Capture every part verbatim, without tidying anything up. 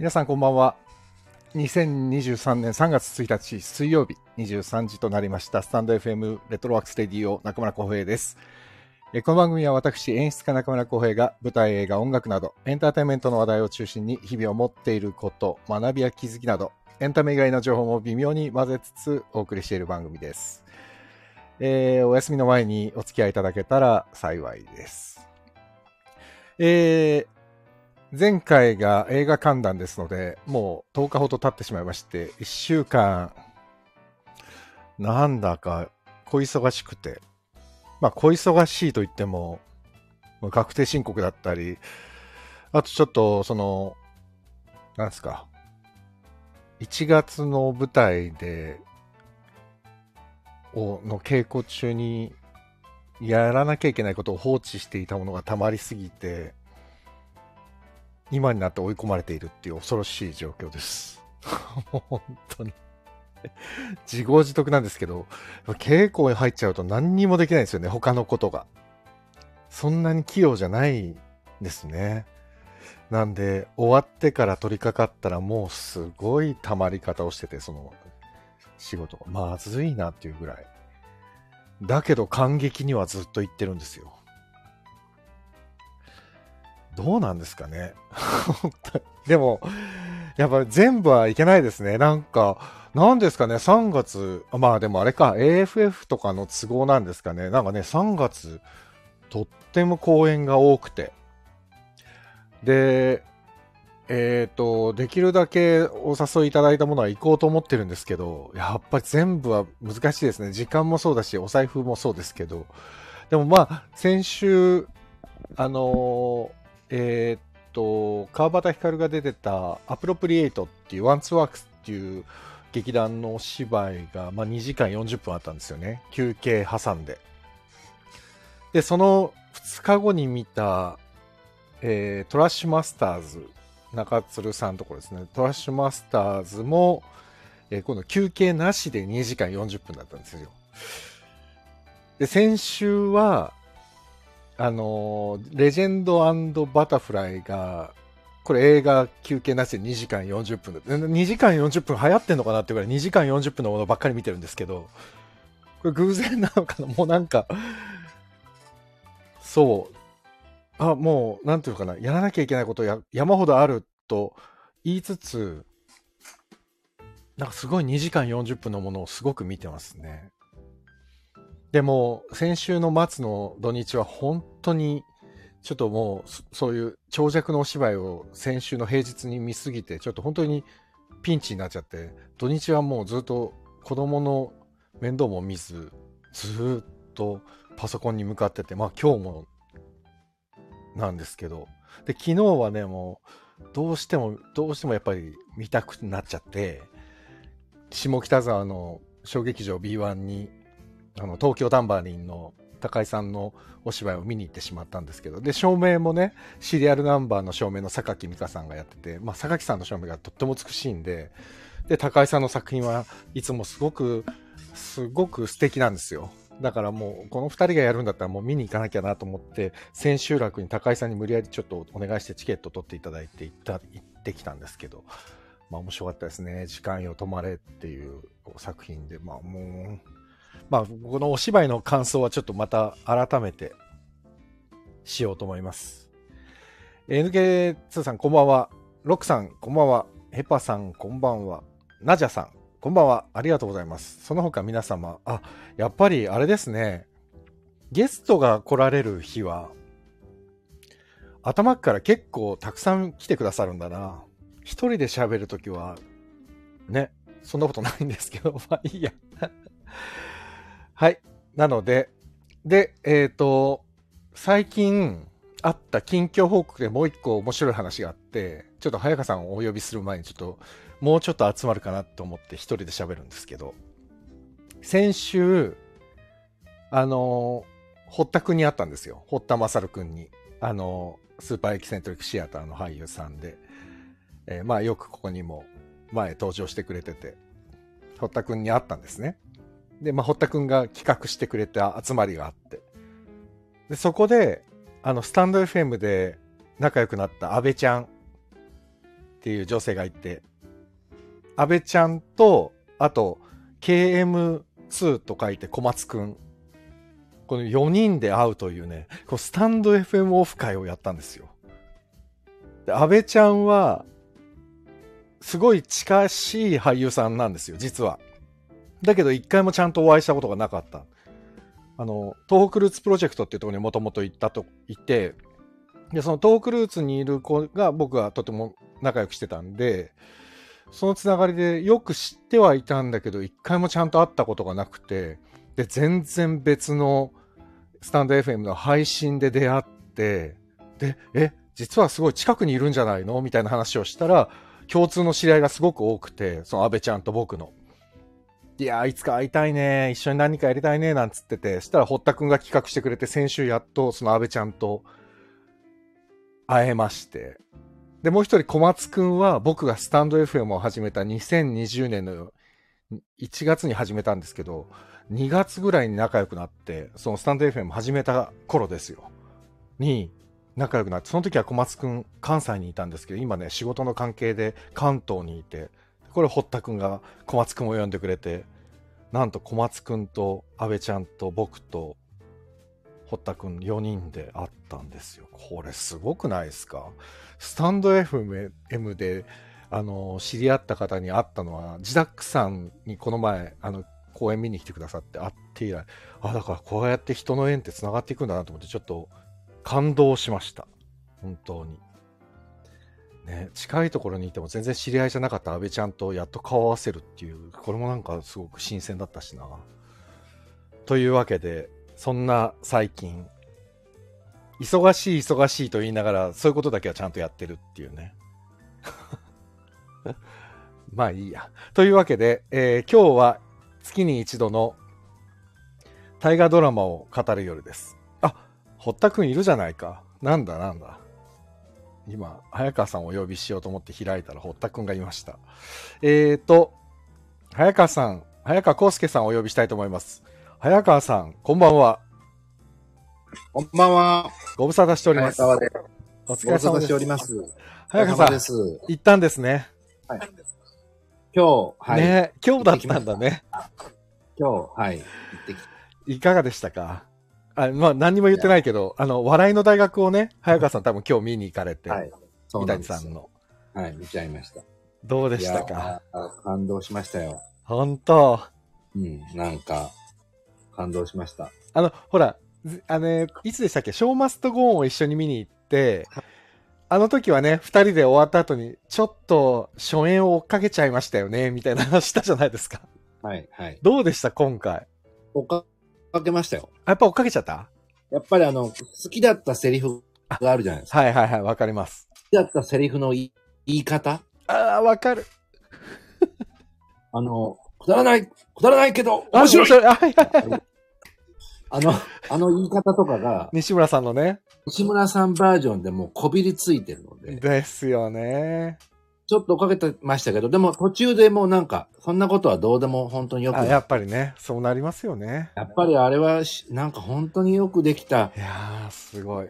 皆さんこんばんは。にせんにじゅうさんねんさんがつついたち水曜日にじゅうさんじとなりました。スタンド エフエム レトロワークスレディオ中村浩平です。この番組は私演出家中村浩平が舞台、映画、音楽などエンターテインメントの話題を中心に日々を持っていること、学びや気づきなどエンタメ以外の情報も微妙に混ぜつつお送りしている番組です。えー、お休みの前にお付き合いいただけたら幸いです。えー前回が映画観覧ですので、もうとおかほど経ってしまいまして、いっしゅうかん、なんだか小忙しくて、まあ小忙しいと言っても、確定申告だったり、あとちょっとその、なんですか、いちがつの舞台で、をの稽古中にやらなきゃいけないことを放置していたものがたまりすぎて、今になって追い込まれているっていう恐ろしい状況です。もう本当に自業自得なんですけど、稽古に入っちゃうと何にもできないんですよね、他のことが。そんなに器用じゃないんですね。なんで終わってから取り掛かったらもうすごい溜まり方をしてて、その仕事がまずいなっていうぐらい。だけど感激にはずっと言ってるんですよ。どうなんですかね。でもやっぱり全部はいけないですね。なんかなんですかね、さんがつ、まあでもあれか エーエフエフ とかの都合なんですかね。なんかね、さんがつとっても公演が多くて、でえっとできるだけお誘いいただいたものは行こうと思ってるんですけど、やっぱり全部は難しいですね。時間もそうだしお財布もそうですけど、でもまあ先週あのーえー、っと川端光が出てたアプロプリエイトっていうワンツーワークスっていう劇団のお芝居が、まあ、にじかんよんじゅっぷんあったんですよね、休憩挟んで。でそのふつかごに見た、えー、トラッシュマスターズ、中鶴さんのところですね、トラッシュマスターズも、えー、今度休憩なしでにじかんよんじゅっぷんだったんですよ。で先週はあのー、レジェンド&バタフライが、これ映画休憩なしでにじかんよんじゅっぷんで、にじかんよんじゅっぷん流行ってんのかなっていうぐらいにじかんよんじゅっぷんのものばっかり見てるんですけど、これ偶然なのかな。もうなんか、そう、あ、もう、なんていうかな、やらなきゃいけないことや山ほどあると言いつつ、なんかすごいにじかんよんじゅっぷんのものをすごく見てますね。でも先週の末の土日は本当にちょっともうそういう長尺のお芝居を先週の平日に見すぎて、ちょっと本当にピンチになっちゃって、土日はもうずっと子供の面倒も見ず、ずっとパソコンに向かってて、まあ今日もなんですけど、で昨日はね、もうどうしてもどうしてもやっぱり見たくなっちゃって、下北沢の小劇場 ビーワン にあの東京タンバリンの高井さんのお芝居を見に行ってしまったんですけど、で照明もね、シリアルナンバーの照明の榊美香さんがやってて、まあ、榊さんの照明がとっても美しいんで、で高井さんの作品はいつもすごくすごく素敵なんですよ。だからもうこのふたりがやるんだったらもう見に行かなきゃなと思って、千秋楽に高井さんに無理やりちょっとお願いしてチケット取っていただいて行った行ってきたんですけど、まあ面白かったですね。時間よ止まれっていう作品で、まあもうまあ、このお芝居の感想はちょっとまた改めてしようと思います。エヌケーツー さんこんばんは。ロックさんこんばんは。ヘパさんこんばんは。ナジャさんこんばんは。ありがとうございます。その他皆様、あ、やっぱりあれですね。ゲストが来られる日は、頭から結構たくさん来てくださるんだな。一人で喋るときは、ね、そんなことないんですけど、まあいいや。はい。なので、で、えっと、最近あった近況報告でもう一個面白い話があって、ちょっと早川さんをお呼びする前にちょっと、もうちょっと集まるかなと思って一人で喋るんですけど、先週、あの、堀田くんに会ったんですよ。堀田勝くんに。あの、スーパーエキセントリックシアターの俳優さんで、えー、まあよくここにも前登場してくれてて、堀田くんに会ったんですね。で、まあ、堀田くんが企画してくれた集まりがあって、でそこであのスタンド エフエム で仲良くなった安倍ちゃんっていう女性がいて、安倍ちゃんと、あと、ケーエムツー と書いて小松くん。このよにんで会うというね、こうスタンド エフエム オフ会をやったんですよ。で、安倍ちゃんは、すごい近しい俳優さんなんですよ、実は。だけど一回もちゃんとお会いしたことがなかった。あの、東北ルーツプロジェクトっていうところにもともと行ったと言って、で、その東北ルーツにいる子が僕はとても仲良くしてたんで、そのつながりでよく知ってはいたんだけど、一回もちゃんと会ったことがなくて、で、全然別のスタンド エフエム の配信で出会って、で、え、実はすごい近くにいるんじゃないのみたいな話をしたら、共通の知り合いがすごく多くて、その安倍ちゃんと僕の。いやー、いつか会いたいね、一緒に何かやりたいね、なんつってて、そしたら堀田くんが企画してくれて、先週やっとその安倍ちゃんと会えまして。で、もう一人小松くんは僕がスタンド エフエム を始めたにせんにじゅうねんのいちがつに始めたんですけど、にがつぐらいに仲良くなって、そのスタンド エフエム 始めた頃ですよ。に仲良くなって、その時は小松くん関西にいたんですけど、今ね、仕事の関係で関東にいて、これ堀田くんが小松くんを呼んでくれて、なんと小松くんと安倍ちゃんと僕と堀田くんよにんで会ったんですよ。これすごくないですか？スタンド エフエム であの知り合った方に会ったのは、ジダックさんにこの前あの公演見に来てくださって会って以来、あ、だからこうやって人の縁ってつながっていくんだなと思って、ちょっと感動しました。本当に。ね、近いところにいても全然知り合いじゃなかった安倍ちゃんとやっと顔を合わせるっていう、これもなんかすごく新鮮だったしな。というわけで、そんな最近、忙しい忙しいと言いながら、そういうことだけはちゃんとやってるっていうね。まあいいや。というわけで、えー、今日は月に一度の大河ドラマを語る夜です。あ、堀田くんいるじゃないか。なんだなんだ。今、早川さんをお呼びしようと思って開いたら堀田くんがいました。えーと、早川さん、早川康介さんをお呼びしたいと思います。早川さん、こんばんは。 こんばんは。 ご無沙汰しております。 早川でお疲れ様です。 しております。 早川さん、 です。 行ったんですね。 はい。今日、はい。 ね、今日だったんだね。 今日、はい。行ってきいかがでしたか？あ、まあ何にも言ってないけど、あの、笑いの大学をね、早川さん多分今日見に行かれて、はい。三谷さんの。 はい、見ちゃいました。 どうでしたか？ 感動しましたよ。 本当。 うん、なんか、感動しました。 あの、ほら、あの、いつでしたっけ？ショーマストゴーンを一緒に見に行って、あの時はね、二人で終わった後に、ちょっと初演を追っかけちゃいましたよね、みたいな話したじゃないですか。 はい、はい。 どうでした、今回？ 追っかけましたよ。 やっぱ追っかけちゃった？ やっぱりあの、好きだったセリフがあるじゃないですか。 はいはいはい、わかります。 好きだったセリフの言い方？ ああ、わかる。 あの、くだらない、くだらないけど、面白い。 面白い。はいはいはい。 あの、あの言い方とかが、 西村さんのね。 西村さんバージョンでもうこびりついてるので。 ですよね。 ちょっと追っかけてましたけど、でも途中でもうなんか、そんなことはどうでも本当によく。 あ、やっぱりね、そうなりますよね。 やっぱりあれは、なんか本当によくできた。 いやー、すごい。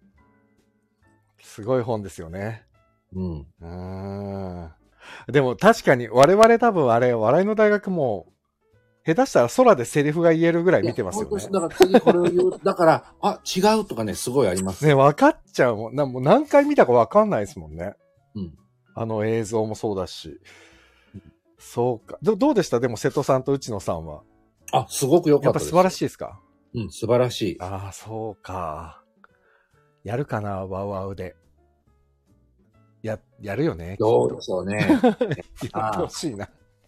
すごい本ですよね。 うん。 うーん。でも確かに我々多分あれ、笑いの大学も、下手したら空でセリフが言えるぐらい見てますよね。 だから次これを言う。だから、あ、違うとかね、すごいあります。 ね、分かっちゃうもん。なもう何回見たか分かんないですもんね。 うん。 あの映像もそうだし。そうか。ど、どうでした？でも瀬戸さんと内野さんは。 あ、すごく良かったです。 やっぱ素晴らしいですか？ うん、素晴らしい。 ああ、そうか。やるかな、ワウワウで。や、やるよね。 どうでしょうね。 やってほしいな。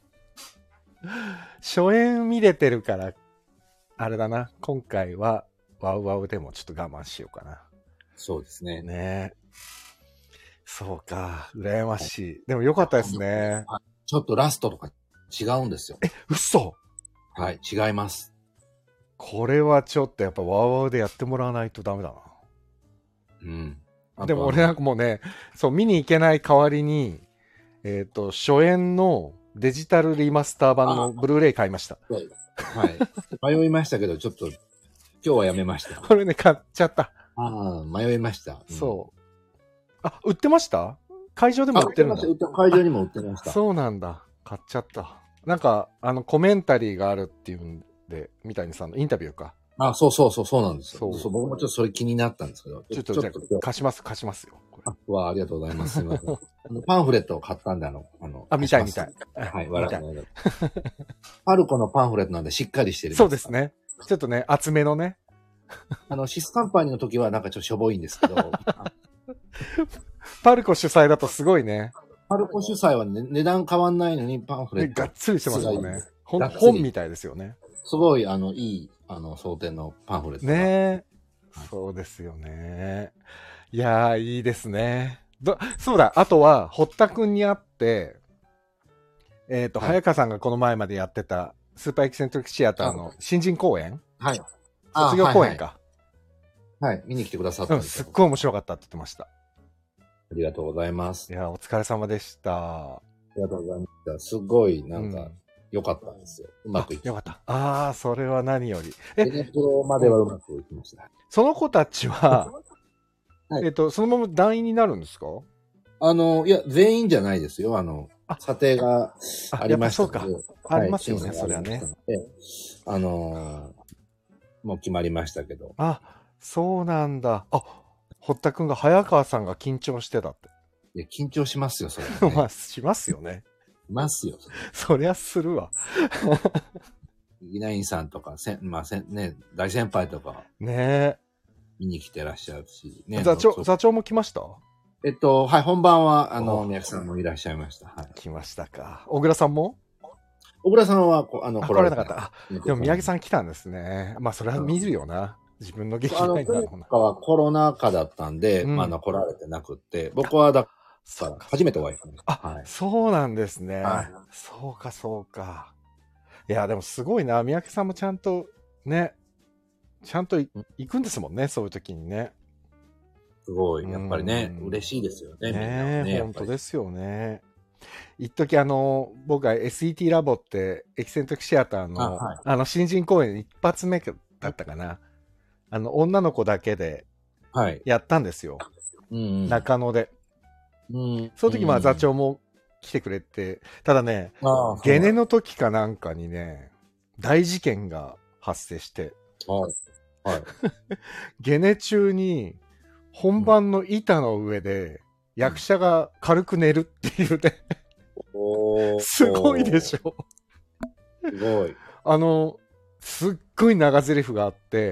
初演見れてるから、あれだな。今回は、ワウワウでもちょっと我慢しようかな。 そうですね。 ねえ。そうか。羨ましい。でもよかったですね。 ちょっとラストとか違うんですよ。 え、嘘？ はい、違います。 これはちょっとやっぱワウワウでやってもらわないとダメだな。 うん。 でも俺なんかもうね、そう、見に行けない代わりに、えっと、初演のデジタルリマスター版のブルーレイ買いました。 はい。迷いましたけど、ちょっと、今日はやめました。 これね、買っちゃった。 ああ、迷いました。 うん、そう。あ、売ってました？ 会場でも売ってるんだ。 売ってました会場にも売ってました。 そうなんだ。買っちゃった。なんか、あの、コメンタリーがあるっていうんで、三谷さんのインタビューか。 あ、そうそうそう、そうなんですよ。 そうそう僕もちょっとそれ気になったんですけど。 ちょっと、じゃあ、貸します、貸しますよ。これあ、わあ、ありがとうございます。すみません。あのパンフレットを買ったんで、あの、あの、 あ、見たい見たい。 はい、 見たい。 笑い。パルコのパンフレットなんでしっかりしてる。 そうですね。ちょっとね、厚めのね。 あの、シスカンパニーの時はなんかちょっとしょぼいんですけど。 パルコ主催だとすごいね。 パルコ主催は、ね、値段変わんないのにパンフレット。 がっつりしてますよね。本みたいですよね。 すごい、あの、いい、あの、装填のパンフレット。 ねえ。そうですよね。いやー、いいですね。どそうだ、あとは、堀田くんに会って、えっ、ー、と、はい、早川さんがこの前までやってた、スーパーエキセントリックシアターの新人公演、 はい。 卒業公演か。 はい、はい、はい。見に来てくださったんです、うん。すっごい面白かったって言ってました。 ありがとうございます。 いや、お疲れ様でした。 ありがとうございました。すごい、なんか、良、うん、かったんですよ。うまくいきよかった。ああ、それは何より。 え、ネプロまではうまくいきました。 その子たちは、はい、えっと、そのまま団員になるんですか？ あの、いや、全員じゃないですよ。あの、査定がありましたそうか。ありますよね、それはね。 あのー、もう決まりましたけど。 あ、そうなんだ。あ、堀田くんが早川さんが緊張してたって。 いや、緊張しますよ、それ、 ね。まあ、しますよね。 しますよ、 それ。そりゃするわ。 ギナインさんとか、せまあせね、大先輩とか。 ね見に来てらっしゃるし。ね、 座長、座長も来ました？ えっと、はい、本番は、あの、宮城さんもいらっしゃいました。はい。 来ましたか。小倉さんも？ 小倉さんは、あの、 来られなかった。でも宮城さん来たんですね。まあ、それは見るよな。自分の劇団だろうな。あの、今はコロナ禍だったんで、うん、まあ、あの、来られてなくって、僕はだから、初めてお会いしました。 あ、はい、そうなんですね。はい、そうか、そうか。いや、でもすごいな。宮城さんもちゃんと、ね、ちゃんと行くんですもんね、そういう時にね。 すごい、やっぱりね、嬉しいですよね、みんなね。 本当ですよね。一時あの、僕は エスイーティー ラボってエキセントリックシアターの、あ、はい、あの、新人公演一発目だったかな。あの、女の子だけで、やったんですよ。 はい、 中野で。 うん、 その時、まあ、座長も来てくれて、ただね、ゲネの時かなんかにね、大事件が発生して、 はいはい、 ゲネ中に、本番の板の上で、役者が軽く寝るっていうね、うん、すごいでしょ。 すごい。 あの、すっごい長台詞があって、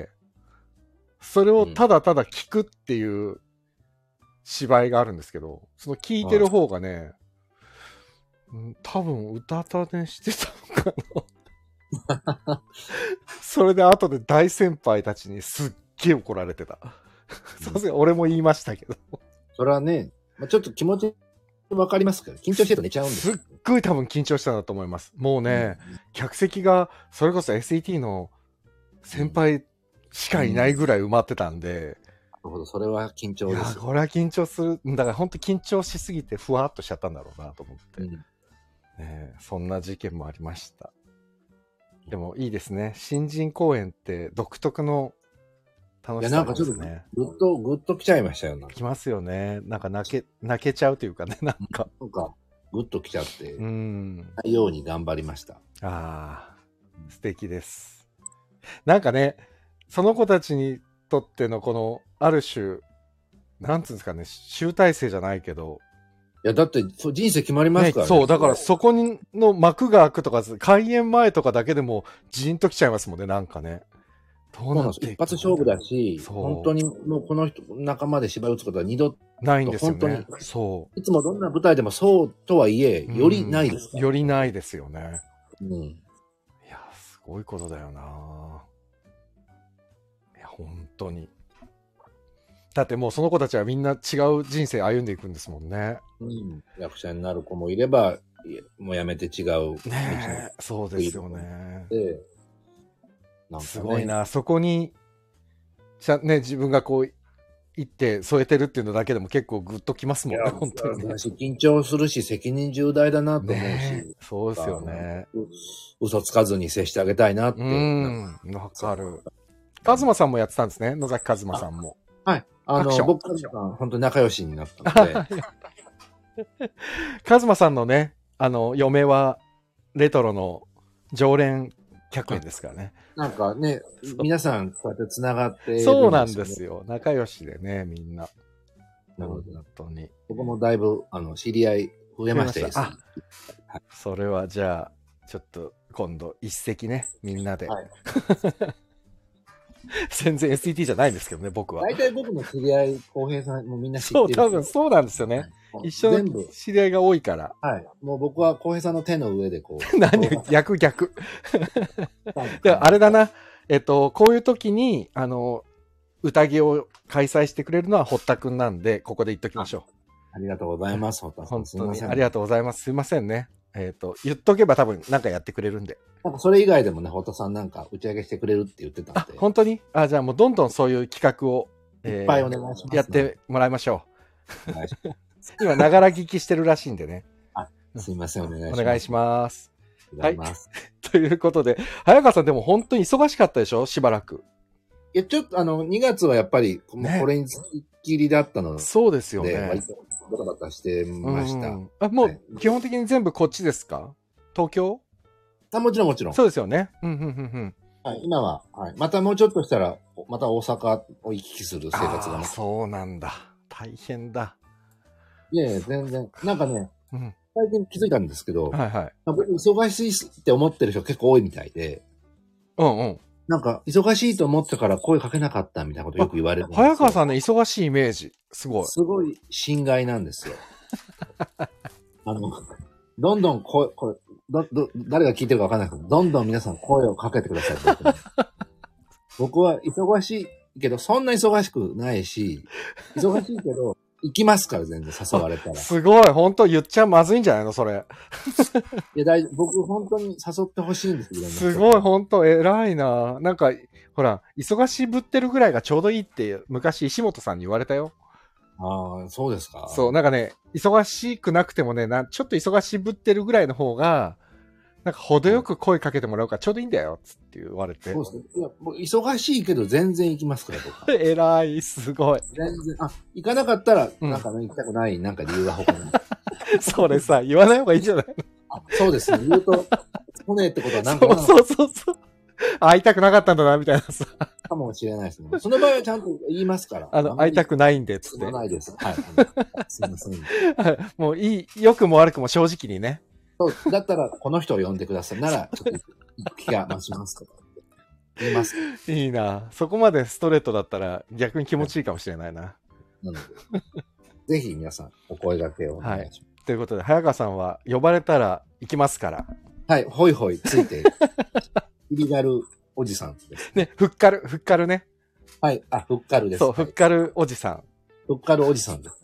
それをただただ聞くっていう芝居があるんですけど、その聞いてる方がね、うん、多分歌た寝してたのかな。それで後で大先輩たちにすっげえ怒られてた。さすが俺も言いましたけど。 それはね、まあ、ちょっと気持ちわかりますから、緊張してると寝ちゃうんですすっごい多分緊張したんだと思います。もうね、うん、客席がそれこそ エスイーティー の先輩しかいないぐらい埋まってたんで。うんうん、なるほど、それは緊張です。いや、これは緊張する。だから本当緊張しすぎてふわっとしちゃったんだろうなと思って。うん、ね、そんな事件もありました。でもいいですね。新人公演って独特の楽しさですね。いや、なんかちょっと、ぐっと、ぐっと来ちゃいましたよ。 来ますよね。なんか泣け、泣けちゃうというかね、なんか。 なんか、ぐっと来ちゃって、 うん。 ないように頑張りました。 ああ、素敵です。なんかね、その子たちにとってのこの、ある種、なんつうんですかね、集大成じゃないけど。 いや、だって、人生決まりますからね。そう、だからそこにの幕が開くとか、開演前とかだけでも、ジーンと来ちゃいますもんね、なんかね。 そうなんです。一発勝負だし、本当にもうこの人、仲間で芝居打つことは二度ないんですよね。本当に。そう。 いつもどんな舞台でもそうとはいえ、よりないですから、 よりないですよね。 うん。 いや、すごいことだよな。いや、本当に。だってもうその子たちはみんな違う人生歩んでいくんですもんね。 うん。役者になる子もいれば、もうやめて違う。 ねえ、そうですよね。 で、なんかね、 すごいな。そこに、ね、自分がこう、行って添えてるっていうのだけでも結構グッときますもんね、本当に、ね。 緊張するし、責任重大だなと思うし。ね、 そうですよね。 嘘つかずに接してあげたいなって。 うん、わかる。カズマさんもやってたんですね、野崎カズマさんも。 はい。あの、僕たちは本当に仲良しになったので。 カズマさんのね、あの、嫁はレトロの常連客演ですからね。 なんかね、皆さんこうやって繋がってるんですよね。 そうなんですよ。仲良しでね、みんな。 なるほど。 本当に。 僕もだいぶ、あの、知り合い増えましたです。 あ、はい、それはじゃあ、ちょっと今度一席ね、みんなで。はい、全然 エスイーティー じゃないんですけどね、僕は。 大体僕の知り合い、浩平さんもみんな知ってる。 そう、多分そうなんですよね。はい、一緒の知り合いが多いから。 はい。もう僕は浩平さんの手の上でこう。 何を、逆逆。であれだな、えっと、こういう時に、あの、宴を開催してくれるのは堀田くんなんで、ここで言っときましょう。 ありがとうございます、堀田さん。 本当にありがとうございます。すいませんね。えっと、言っとけば多分なんかやってくれるんで。 なんかそれ以外でもね、堀田さんなんか打ち上げしてくれるって言ってたんで。 あ、本当に？あ、じゃあもうどんどんそういう企画を、 えー、いっぱいお願いします、ね。 やってもらいましょう。お願いします。今、ながら聞きしてるらしいんでね。 あ、すいません、お願いします。 お願いします。 はい。 ということで、早川さんでも本当に忙しかったでしょ？しばらく。 いや、ちょっとあの、にがつはやっぱり、もうこれにつきっきりだったので、ね、 そうですよね。 割とバタバタしてました。うん、 あ、もう基本的に全部こっちですか？東京？ あ、もちろんもちろん。 そうですよね。うん、うん、うん、うん。 はい、今は、はい。またもうちょっとしたら、また大阪を行き来する生活が。 そうなんだ。大変だ。 いやいや、全然。なんかね、うん、最近気づいたんですけど、 はいはい。 僕忙しいって思ってる人結構多いみたいで。 うんうん。 なんか、忙しいと思ってから声かけなかったみたいなことよく言われるんですよ。 早川さんね、忙しいイメージ。すごい。 すごい心外なんですよ。あの、どんどん声、これ、ど、ど、誰が聞いてるかわかんないけど、どんどん皆さん声をかけてください。僕は忙しいけど、そんな忙しくないし、忙しいけど、行きますから、全然誘われたら。 すごい、本当言っちゃまずいんじゃないのそれ。 いや、大丈夫。僕、本当に誘ってほしいんですよ。 すごい、本当偉いな。なんか、ほら、忙しぶってるぐらいがちょうどいいって、昔、石本さんに言われたよ。 ああ、そうですか。 そう、なんかね、忙しくなくてもね、なちょっと忙しぶってるぐらいの方が、なんか程よく声かけてもらうからちょうどいいんだよ、つって言われて。 そうですね。いや、もう忙しいけど全然行きますから、僕。 偉い、すごい。 全然、あ、行かなかったら、なんかね、行きたくない、なんか理由が他に。 それさ、言わない方がいいんじゃないの？ あ、そうですね。言うと、来ねえってことはなんか。 そうそうそう。会いたくなかったんだな、みたいなさ。 かもしれないですね。その場合はちゃんと言いますから。 あの、会いたくないんで、つって。 ないです。はい。すいません。 もういい、良くも悪くも正直にね。 そう、だったら、この人を呼んでください。なら、ちょっと、気が増しますとか言います。 いいな。そこまでストレートだったら逆に気持ちいいかもしれないな。 なので、ぜひ皆さん、お声掛けをお願いします。はい。 ということで、早川さんは呼ばれたら行きますから。 はい、ほいほいついて、イリガルおじさんです。 ね、ふっかる、ふっかるね。 はい、あ、ふっかるです。 そう、ふっかるおじさん。 ふっかるおじさんです。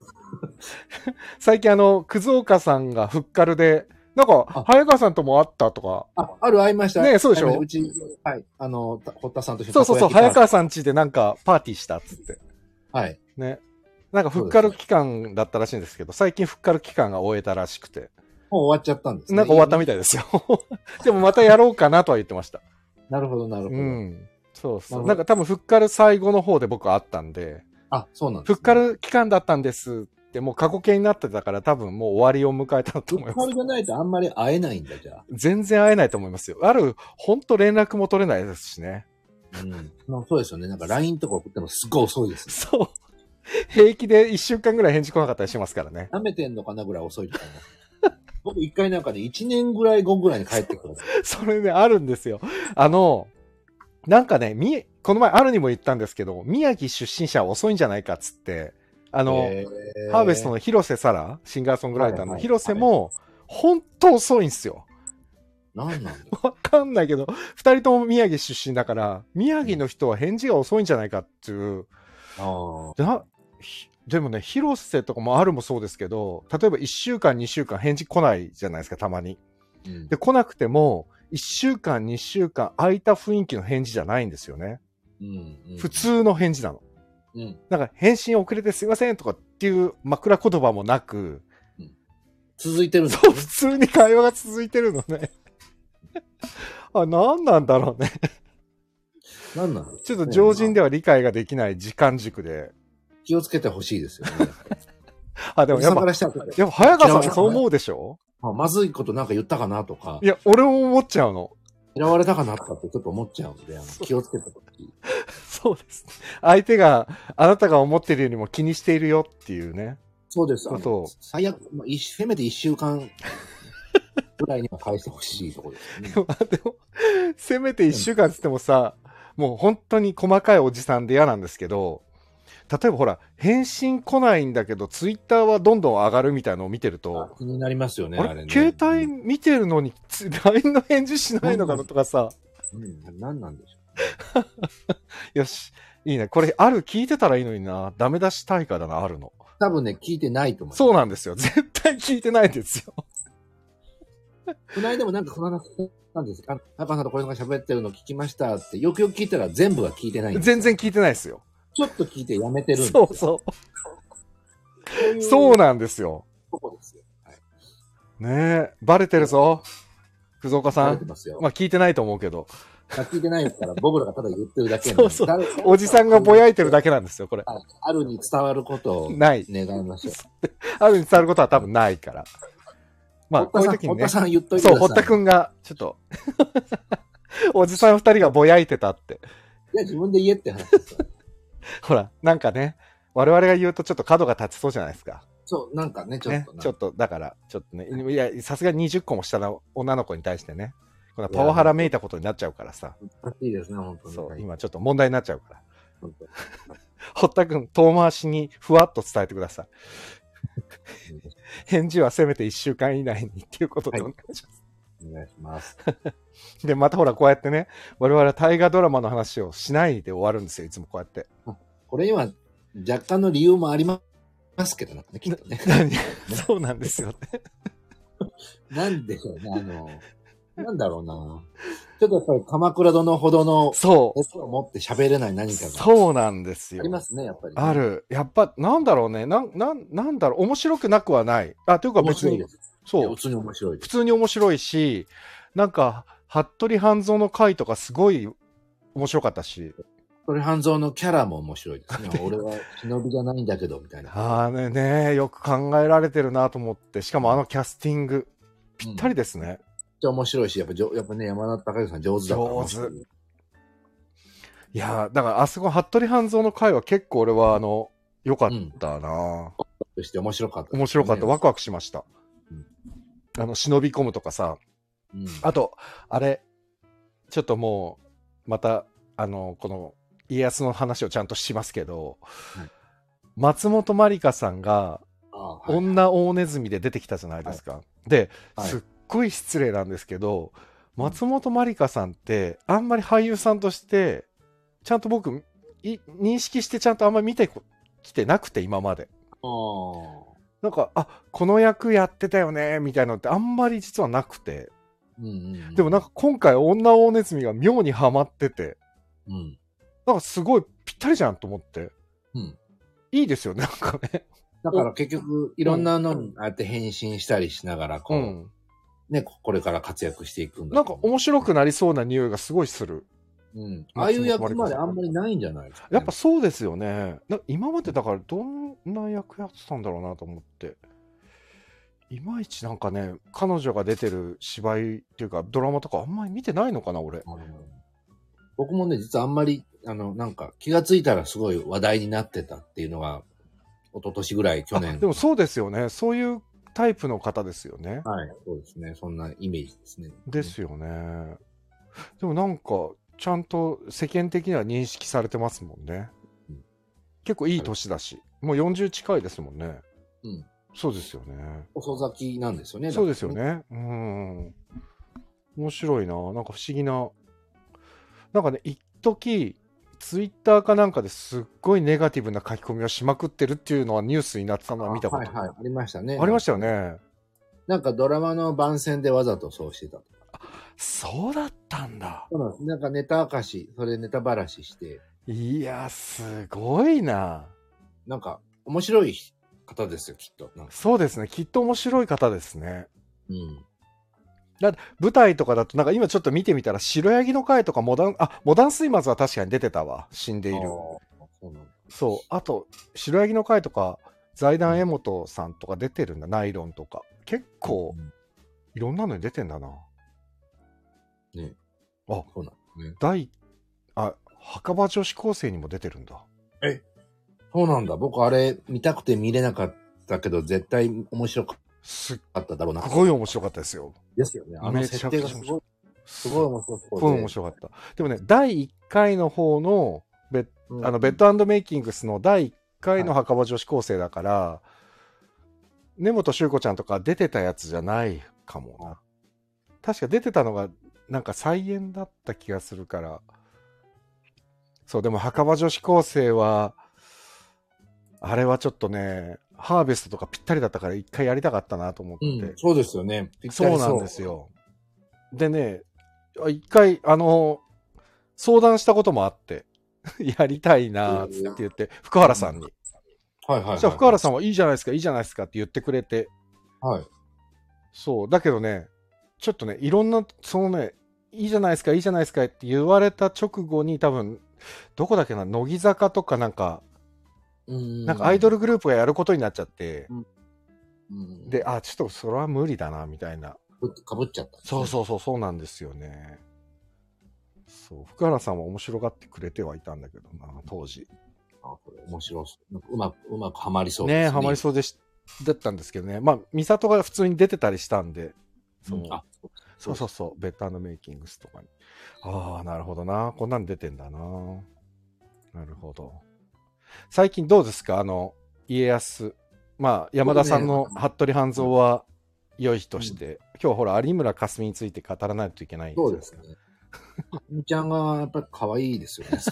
最近あの、くずおかさんがふっかるで、なんか、早川さんとも会ったとか。 あ、ある、会いました。 ね、そうでしょ？ うち、はい、あの、堀田さんと一緒に。 そうそうそう、早川さん家でなんかパーティーしたっつって。 はい。 ね。なんか、ふっかる期間だったらしいんですけど、最近ふっかる期間が終えたらしくて。 もう終わっちゃったんですね。 なんか終わったみたいですよ。でもまたやろうかなとは言ってました。 なるほど、なるほど。うん。そうそう。なんか多分ふっかる最後の方で僕会ったんで。 あ、そうなんです、ね。 ふっかる期間だったんですってもう過去形になってたから多分もう終わりを迎えたと思います。 ふっかるじゃないとあんまり会えないんだ、じゃあ。 全然会えないと思いますよ。ある、ほんと連絡も取れないですしね。 うん。まあ、そうですよね。なんか ライン とか送ってもすっごい遅いです、ね。 そう。平気でいっしゅうかんぐらい返事来なかったりしますからね。 舐めてんのかなぐらい遅いとかね。僕一回なんかね、いちねんぐらい後ぐらいに帰ってくる。 それね、あるんですよ。あの、なんかね、み、この前あるにも言ったんですけど、宮城出身者は遅いんじゃないかっつって、あの、ハーベストの広瀬沙羅、シンガーソングライターの広瀬も、ほんと遅いんすよ。 なんなんだわかんないけど、二人とも宮城出身だから、宮城の人は返事が遅いんじゃないかっていう。 ああ。でもね、広瀬とかもあるもそうですけど、例えばいっしゅうかん、にしゅうかん返事来ないじゃないですか、たまに。うん、で、来なくても、いっしゅうかん、にしゅうかん空いた雰囲気の返事じゃないんですよね。 うんうん、 普通の返事なの。 うん、 なんか返信遅れてすいませんとかっていう枕言葉もなく、 うん、続いてるんだ、ね、 そう、普通に会話が続いてるのね。あ、なんなんだろうね。 なんなんちょっと常人では理解ができない時間軸で。 気をつけてほしいですよね。 あ、でもやっぱ、 らしたらでも早川さんもそう思うでしょ？ あまずいことなんか言ったかなとか。 いや、俺も思っちゃうの。 嫌われたかなとかってちょっと思っちゃうんで、あの気をつけたとき。 そうです。相手が、あなたが思ってるよりも気にしているよっていうね。 そうです。あことをの最悪、まあ、一せめて一週間ぐらいには返してほしいところですね。 でも、せめて一週間つってもさ、もう本当に細かいおじさんで嫌なんですけど、例えばほら、返信来ないんだけど、ツイッターはどんどん上がるみたいなのを見てると、 気になりますよね、 あれあれね。 携帯見てるのに、つ ライン の返事しないのかなとかさ、 うん、何なんでしょよし、いいね。これ、ある聞いてたらいいのにな。ダメ出し大会だな、あるの。 う。多分ね、聞いてないと思う。 そうなんですよ。絶対聞いてないんですよ。 この間もなんかその話なんですか、中さんとこれが喋ってるの聞きましたって、よくよく聞いたら全部は聞いてないんですよ。 全然聞いてないですよ。 ちょっと聞いてやめてるんですよ。 そうそう。 そういうそうなんですよ。 とこですよ。はい。 ねえ、バレてるぞ。くぞかさん。 バレてますよ。 まあ聞いてないと思うけど。 まあ聞いてないですから、僕らがただ言ってるだけそうそう誰おじさんがぼやいてるだけなんですよ、これ。 はいあるに伝わることをない。 願いましょう。 あるに伝わることは多分ないから。まあ、こういう時にね。 堀田さん言っといてください。 そう、堀田くんが、ちょっと、おじさん二人がぼやいてたって。 いや、自分で言えって話ですよ。 ほら、なんかね、我々が言うとちょっと角が立ちそうじゃないですか。 そう、なんかね、ちょっねと、な。 ちょっと、だから、ちょっとね、いや、さすがににじゅっこも下の女の子に対してね、このパワハラめいたことになっちゃうからさ。 難しいですね、本当に。 そう、 はい今ちょっと問題になっちゃうから。 本当に堀田くん、遠回しにふわっと伝えてください。返事はせめていっしゅうかん以内にっていうことでお願いします。 お願いします。 で、またほら、こうやってね、我々は大河ドラマの話をしないで終わるんですよ、いつもこうやって。 これには若干の理由もありますけどね、きっとね。 何そうなんですよね。 なんでしょうね、あの、なんだろうな。ちょっとやっぱり鎌倉殿ほどのそう。 熱を持って喋れない何かがそうなんですよ。 ありますね、やっぱり、ね。 ある。やっぱ、なんだろうね。なん、なん、なんだろう。面白くなくはない。あ、というか別に面白いで。す。 そう。 普通に面白いです。 普通に面白いし、なんか、服部半蔵の回とかすごい面白かったし。 それ半蔵のキャラも面白いですね。俺は忍びじゃないんだけど、みたいな。 ああね、ねよく考えられてるなと思って。しかもあのキャスティング、ぴったりですね。 めっちゃ面白いし、やっぱじょやっぱね、山田孝之さん上手だから。 上手。いやーだからあそこ、服部半蔵の回は結構俺は、あの、良かったな、 うん、そして面白かった、 ね。面白かった。ワクワクしました。 うん、 あの、忍び込むとかさ。うん、あと、あれ、ちょっともう、また、あの、この、家康の話をちゃんとしますけど、はい、松本まりかさんが、はい、女大ネズミで出てきたじゃないですか。はい、で、はい、すっごい失礼なんですけど、松本まりかさんって、あんまり俳優さんとして、ちゃんと僕、認識してちゃんとあんまり見てきてなくて、今まで。なんか、あ、この役やってたよね、みたいなのってあんまり実はなくて。うんうんうん、でもなんか今回女大ネズミが妙にハマってて、うん、なんかすごいぴったりじゃんと思って。うん、いいですよね、なんかね。 だから結局、いろんなのにああやって変身したりしながら、こう、うん、ね、これから活躍していくんだ。 なんか面白くなりそうな匂いがすごいする。 うん。ああいう役まであんまりないんじゃないですか、ね。 やっぱそうですよね。な今までだからどんな役やってたんだろうなと思って。いまいちなんかね、彼女が出てる芝居っていうかドラマとかあんまり見てないのかな、俺。うん、 僕もね、実はあんまり、あの、なんか気がついたらすごい話題になってたっていうのが、一昨年ぐらい、去年。 でもそうですよね。そういうタイプの方ですよね。 はい、そうですね。そんなイメージですね。 ですよね。でもなんか、ちゃんと世間的には認識されてますもんね。うん、結構いい年だし、はい、もうよんじゅう近いですもんね。うん。そうですよね。 遅咲きなんですよね。 そうですよね。うん。面白いな。なんか不思議な。なんかね、一時ツイッターかなんかですっごいネガティブな書き込みをしまくってるっていうのはニュースになってたのは見たこと。 はいはい、ありましたね。 ありましたよね。 なんかドラマの番宣でわざとそうしてたとか。 そうだったんだ。 そうなんです。なんかネタ明かし、それネタばらしして。 いや、すごいな。 なんか面白い方ですよ、きっと。 そうですね。きっと面白い方ですね。 うん。 だ舞台とかだと、なんか今ちょっと見てみたら、白ヤギの会とかモダン、あ、モダンスイマーズは確かに出てたわ。死んでいる。そうなんだ。そう。あと、白ヤギの会とか、 財団江本さんとか出てるんだ、ナイロンとか。結構、いろんなのに出てんだな。 ね。 あ、 そうなんね。 大、あ、墓場女子高生にも出てるんだ。 え、そうなんだ。僕あれ見たくて見れなかったけど、絶対面白かすっっただろうな。 ごい面白かったですよ。 ですよね。あのめちゃくちゃ設定がすごい、すすごい面白すっごい面白かった。でもね、だいいっかいの方のベッ、 うんあのベッド&メイキングスのだいいっかいの墓場女子高生だから、根本周子ちゃんとか出てたやつじゃないかもな。確か出てたのがなんか再演だった気がするから。そう、でも墓場女子高生は、あれはちょっとね、ハーベストとかぴったりだったから一回やりたかったなと思って。 うん、そうですよね。 そうなんですよ。でね、一回、あの、相談したこともあって、やりたいなって言って、福原さんに。 はいはいはい。 じゃあ福原さんはいいじゃないですか、いいじゃないですかって言ってくれて。 はい。 そう。だけどね、ちょっとね、いろんな、そのね、いいじゃないですか、いいじゃないですかって言われた直後に多分、どこだっけな、乃木坂とかなんか、 うんなんかアイドルグループがやることになっちゃって、 うん、 で、あ、ちょっとそれは無理だな、みたいな。 かぶっちゃった、ね。 そうそうそう、そうなんですよね。そう、福原さんは面白がってくれてはいたんだけどな、当時。 あ、これ面白そう。なんかうまく、うまくはまりそうですね。 ねえ、はまりそうでし、だったんですけどね。まあ、美里が普通に出てたりしたんで、その、 うん、あ、 そうそうそう、ベッド&メイキングスとかに。ああ、なるほどな。こんなん出てんだな。なるほど。最近どうですかあの、家康。まあ、山田さんの服部半蔵は良い日として、うん、今日ほら、有村架純について語らないといけないんそうですね。かみちゃんがやっぱり可愛いですよね。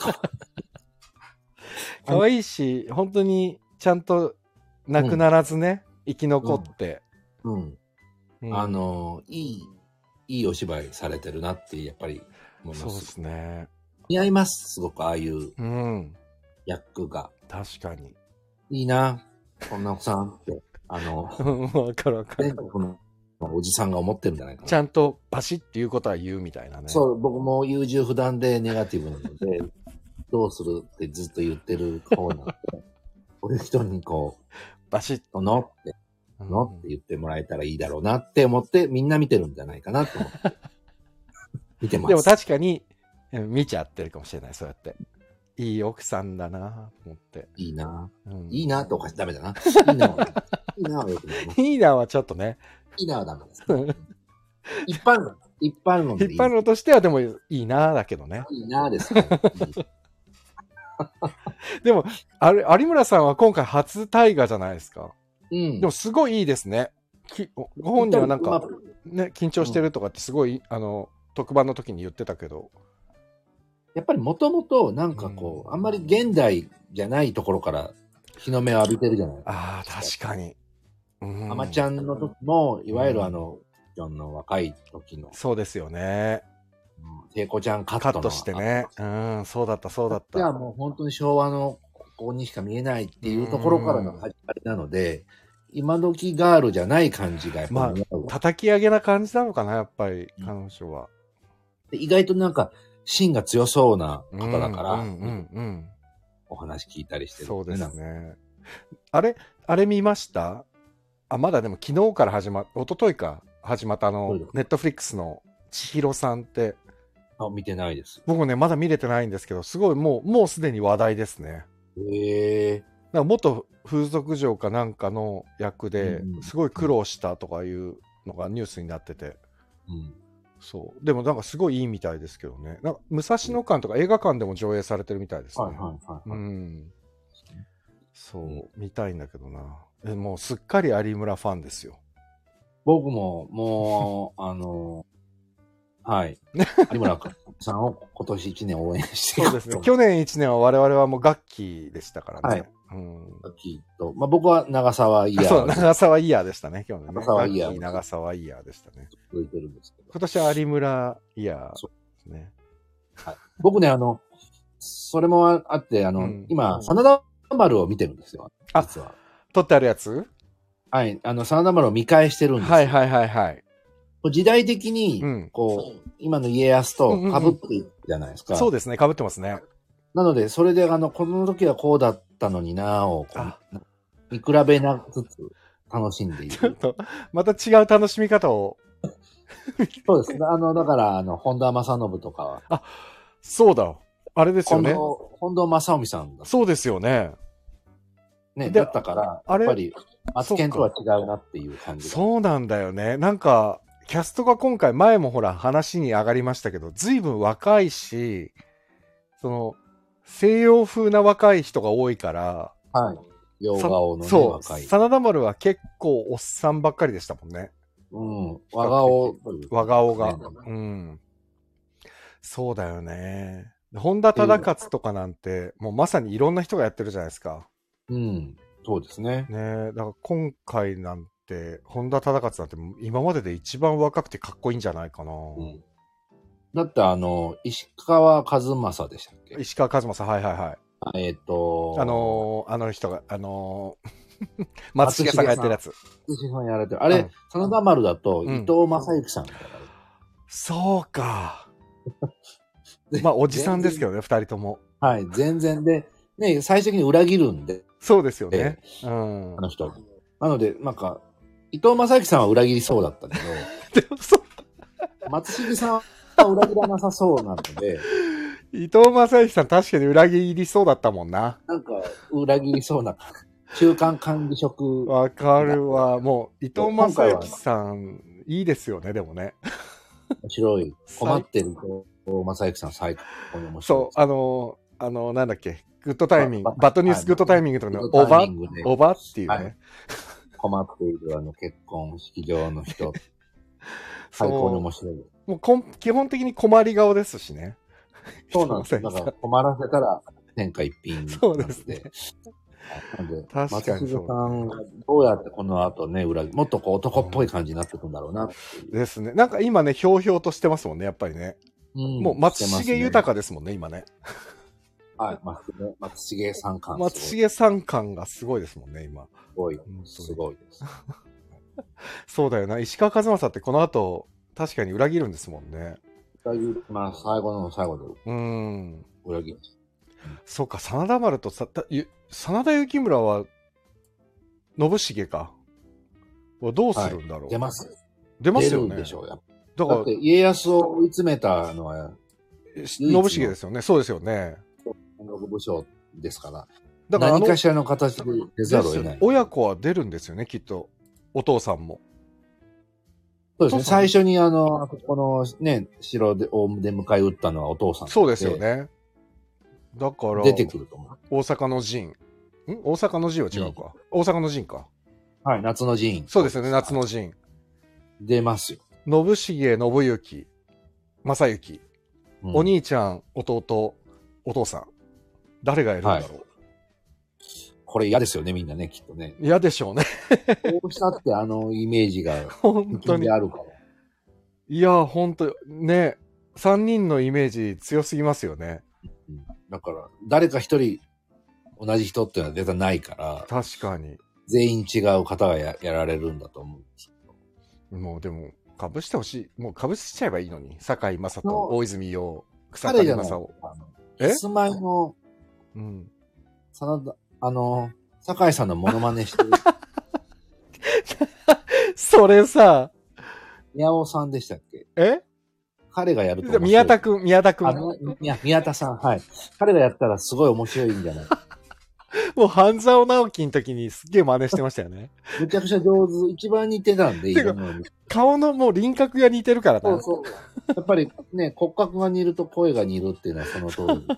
可愛いし、本当にちゃんと亡くならずね、うん、生き残って。 うん。うんうん、あの、いい、いいお芝居されてるなってやっぱり思います。 そうですね。 似合います、すごくああいう役が。 うん、確かに。 いいな、こんな奥さんって。あの、 わかるわかる。 このおじさんが思ってるんじゃないかな。 ちゃんとバシッっていうことは言うみたいなね。 そう、僕も優柔不断でネガティブなので、どうするってずっと言ってる方なんで、これ人にこう、 バシッとのって、のって言ってもらえたらいいだろうなって思って、みんな見てるんじゃないかなと思って。見てます。 でも確かに、見ちゃってるかもしれない、そうやって。いい奥さんだなと思って。 いいな、 うん、 いいなっておかしいダメだな。いいなは、いいなはよくないな。 いいなはちょっとね。 いいなはダメです、ね。一般論、一般論でいい。 一般論としてはでもいいなだけどね。 いいなですね。 でも、あれ、有村さんは今回初大河じゃないですか。 うん。 でもすごいいいですね。ご本人はなんか、ね、緊張してるとかってすごい、うん、あの、特番の時に言ってたけど。 やっぱりもともとなんかこう、うん、あんまり現代じゃないところから日の目を浴びてるじゃないですか。 ああ、確かに。 うん、アマちゃんの時も、いわゆるあの、ジョンの若い時の。 そうですよね。 聖子ちゃんカットの。 カットしてね。うん、そうだった、そうだった。 いや、もう本当に昭和のここにしか見えないっていうところからの始まりなので、今時ガールじゃない感じがやっぱり、 まあ、叩き上げな感じなのかな、やっぱり、彼女は。 で意外となんか、芯が強そうな方だから、 うんうんうんうん、 お話聞いたりしてる、 そうですね。あれ、あれ見ました？あ、まだでも昨日から始まっ、一昨日か始まったあの、ネットフリックスの千尋さんって。 あ、見てないです。 僕ね、まだ見れてないんですけど、すごいもう、もうすでに話題ですね。 へえ。 なんか元風俗嬢かなんかの役で、すごい苦労したとかいうのがニュースになってて。 うん、 そう。でもなんかすごいいいみたいですけどね。なんか武蔵野館とか映画館でも上映されてるみたいですね。 はいはいはい、はい。うん。 そう、見たいんだけどな。え、もうすっかり有村ファンですよ。 僕も、もう、あの、はい。有村さんを今年一年応援してそうですね。去年一年は我々はもう楽器でしたからね。はい。 うん。楽器と、まあ僕は長沢イヤー。 そう、長沢イヤーでしたね、去年ね。 長沢イヤー。 長沢イヤーでしたね。 続いてるんですけど。 今年は有村イヤーですね。 はい。僕ね、あの、それもあって、あの、うん、今、真田丸を見てるんですよ。実は。 撮ってあるやつ？ はい。あの、真田丸を見返してるんですよ。 はいはいはいはい。 時代的に、こう、うん、今の家康と被っているじゃないですか。 うんうんうん、そうですね、被ってますね。 なので、それで、あの、この時はこうだったのになぁを、 見比べなつつ楽しんでいる。 ちょっと、また違う楽しみ方を。 そうですね。あの、だから、あの、本田正信とかは。 あ、そうだ。あれですよね。 本田正臣さんだ。 そうですよね。 ね、だったから、やっぱり、マツケンとは違うなっていう感じ。 そうなんだよね。なんか、キャストが今回、前もほら、話に上がりましたけど、随分若いし、その、西洋風な若い人が多いから、 はい。洋顔のね、 そう若い。 真田丸は結構おっさんばっかりでしたもんね。 うん。和顔。 和顔が。うん。そうだよね。本田忠勝とかなんて、もうまさにいろんな人がやってるじゃないですか。 うん。そうですね。 ねえ、だから今回なんて、本田忠勝なんて今までで一番若くてかっこいいんじゃないかな。うん、 だってあの、石川和正でしたっけ？ 石川和正、はいはいはい。 えっ、ー、とあのー、あの人が、あのー、松重さんがやってるやつ。 松重さんやられてる。あれ、うん、真田丸だと伊藤正幸さんだから、うん。 そうか。まあ、おじさんですけどね、二人とも。 はい、全然で、ね、最終的に裏切るんで。 そうですよね。うん。 あの人。なので、なんか、伊藤正幸さんは裏切りそうだったけど、でもそう。松重さんは裏切らなさそうなので、 伊藤正幸さん確かに裏切りそうだったもんな。 なんか、裏切りそうな、中間管理職。 わかるわ。もう、伊藤正幸さん、いいですよね、でもね。 面白い。困ってると、正幸さん最高に面白い。 そう、あの、あの、なんだっけ、グッドタイミング、バッドニュースグッドタイミングとかの、オバオバっていうね、はい。 困っているあの結婚式場の人。最高に面白い。 もうこん基本的に困り顔ですしね。 そうなんです。だから困らせたら天下一品。 そうですね。 なんで、松重さんがどうやってこの後ね、裏もっとこう男っぽい感じになってくんだろうな。 ですね。なんか今ね、ひょうひょうとしてますもんね、やっぱりね。うん、もう松重豊ですもんね、今ね。 はい、松重さん感。 松重さん感がすごいですもんね、今。 すごい。すごいです。 そうだよな。石川和正ってこの後、確かに裏切るんですもんね。 裏切る。まあ、最後の最後で。 うん。 裏切る。 そうか、真田丸とさ、た真田幸村は、信繁か。どうするんだろう。はい、 出ます。 出ますよね。 出るでしょう、やっぱ。だから、だって家康を追い詰めたのは、 信繁ですよね。そうですよね。 信武将ですから。だから何かしらの形で出ざるを得ない。 親子は出るんですよね、きっと。お父さんも。 そうですね。最初にあの、このね、城で、大出迎え撃ったのはお父さん。 そうですよね。だから、 出てくると思う。 大阪の陣。ん大阪の陣は違うか。うん、大阪の陣か。 はい、夏の陣。 そうですよね、夏の陣。 出ますよ。 信繁、信行、正行、うん、お兄ちゃん、弟、お父さん。誰がやるんだろう、はい、 これ嫌ですよね、みんなね、きっとね。 嫌でしょうね。 こうしたってあのイメージが本当にあるから。 いや、本当ね、三人のイメージ強すぎますよね。 うん、だから、誰か一人同じ人っていうのは絶対ないから。 確かに。 全員違う方が や, やられるんだと思うんですけど。もうでも、被してほしい。もう被しちゃえばいいのに。堺雅人、大泉洋、草刈正雄。 えキスマイの、 うん。 真田、あの、堺さんのモノマネしてる。 それさ、 宮尾さんでしたっけ？ え彼がやると宮田くん、宮田くん。 あの、宮、宮田さん、はい。彼がやったらすごい面白いんじゃないもう半沢直樹の時にすっげえ真似してましたよね。 めちゃくちゃ上手、一番似てたんで、 てか顔のもう輪郭が似てるからな。 そうそう。やっぱりね、骨格が似ると声が似るっていうのはその通り。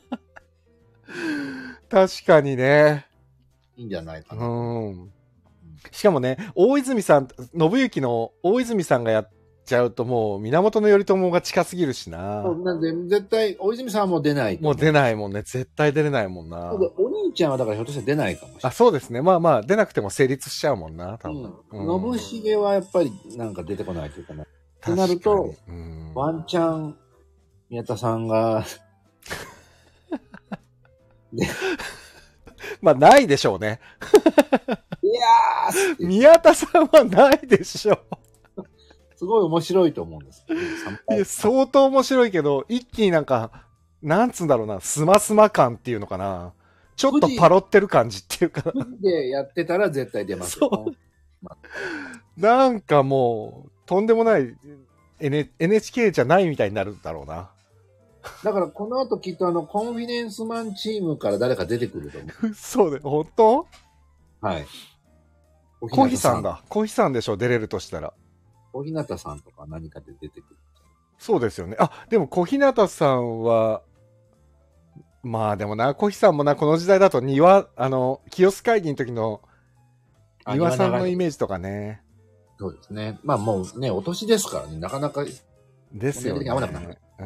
確かにね。 いいんじゃないかな。 うん。しかもね、大泉さん、信行の大泉さんがやっちゃうともう源頼朝が近すぎるしな。 そうなんで、絶対、大泉さんはもう出ない。 もう出ないもんね。絶対出れないもんな。 お兄ちゃんはだからひょっとしたら出ないかもしれない。 あ、そうですね。まあまあ、出なくても成立しちゃうもんな、多分。 うん。信繁はやっぱりなんか出てこないというかな。ってなると、うん、ワンチャン、宮田さんがまあ、ないでしょうね。 いやー宮田さんはないでしょう。 すごい面白いと思うんですけど、 いや相当面白いけど、一気になんか、なんつうんだろうな、スマスマ感っていうのかな。 ちょっとパロってる感じっていうか。 富士でやってたら絶対出ますよ。 そう。なんかもう、とんでもない エヌエイチケー じゃないみたいになるんだろうな。 だからこの後きっとあの、コンフィデンスマンチームから誰か出てくると思う。 そうで、本当？ はい。 コヒさんだ。コヒさんでしょ、出れるとしたら。 小日向さんとか何かで出てくる。 そうですよね。あ、でも小日向さんは、まあでもな、コヒさんもな、この時代だと庭、あの、清須会議の時の庭さんのイメージとかね。 そうですね。まあもうね、お年ですからね、なかなか。 ですよね。 合わなくなる。 うん。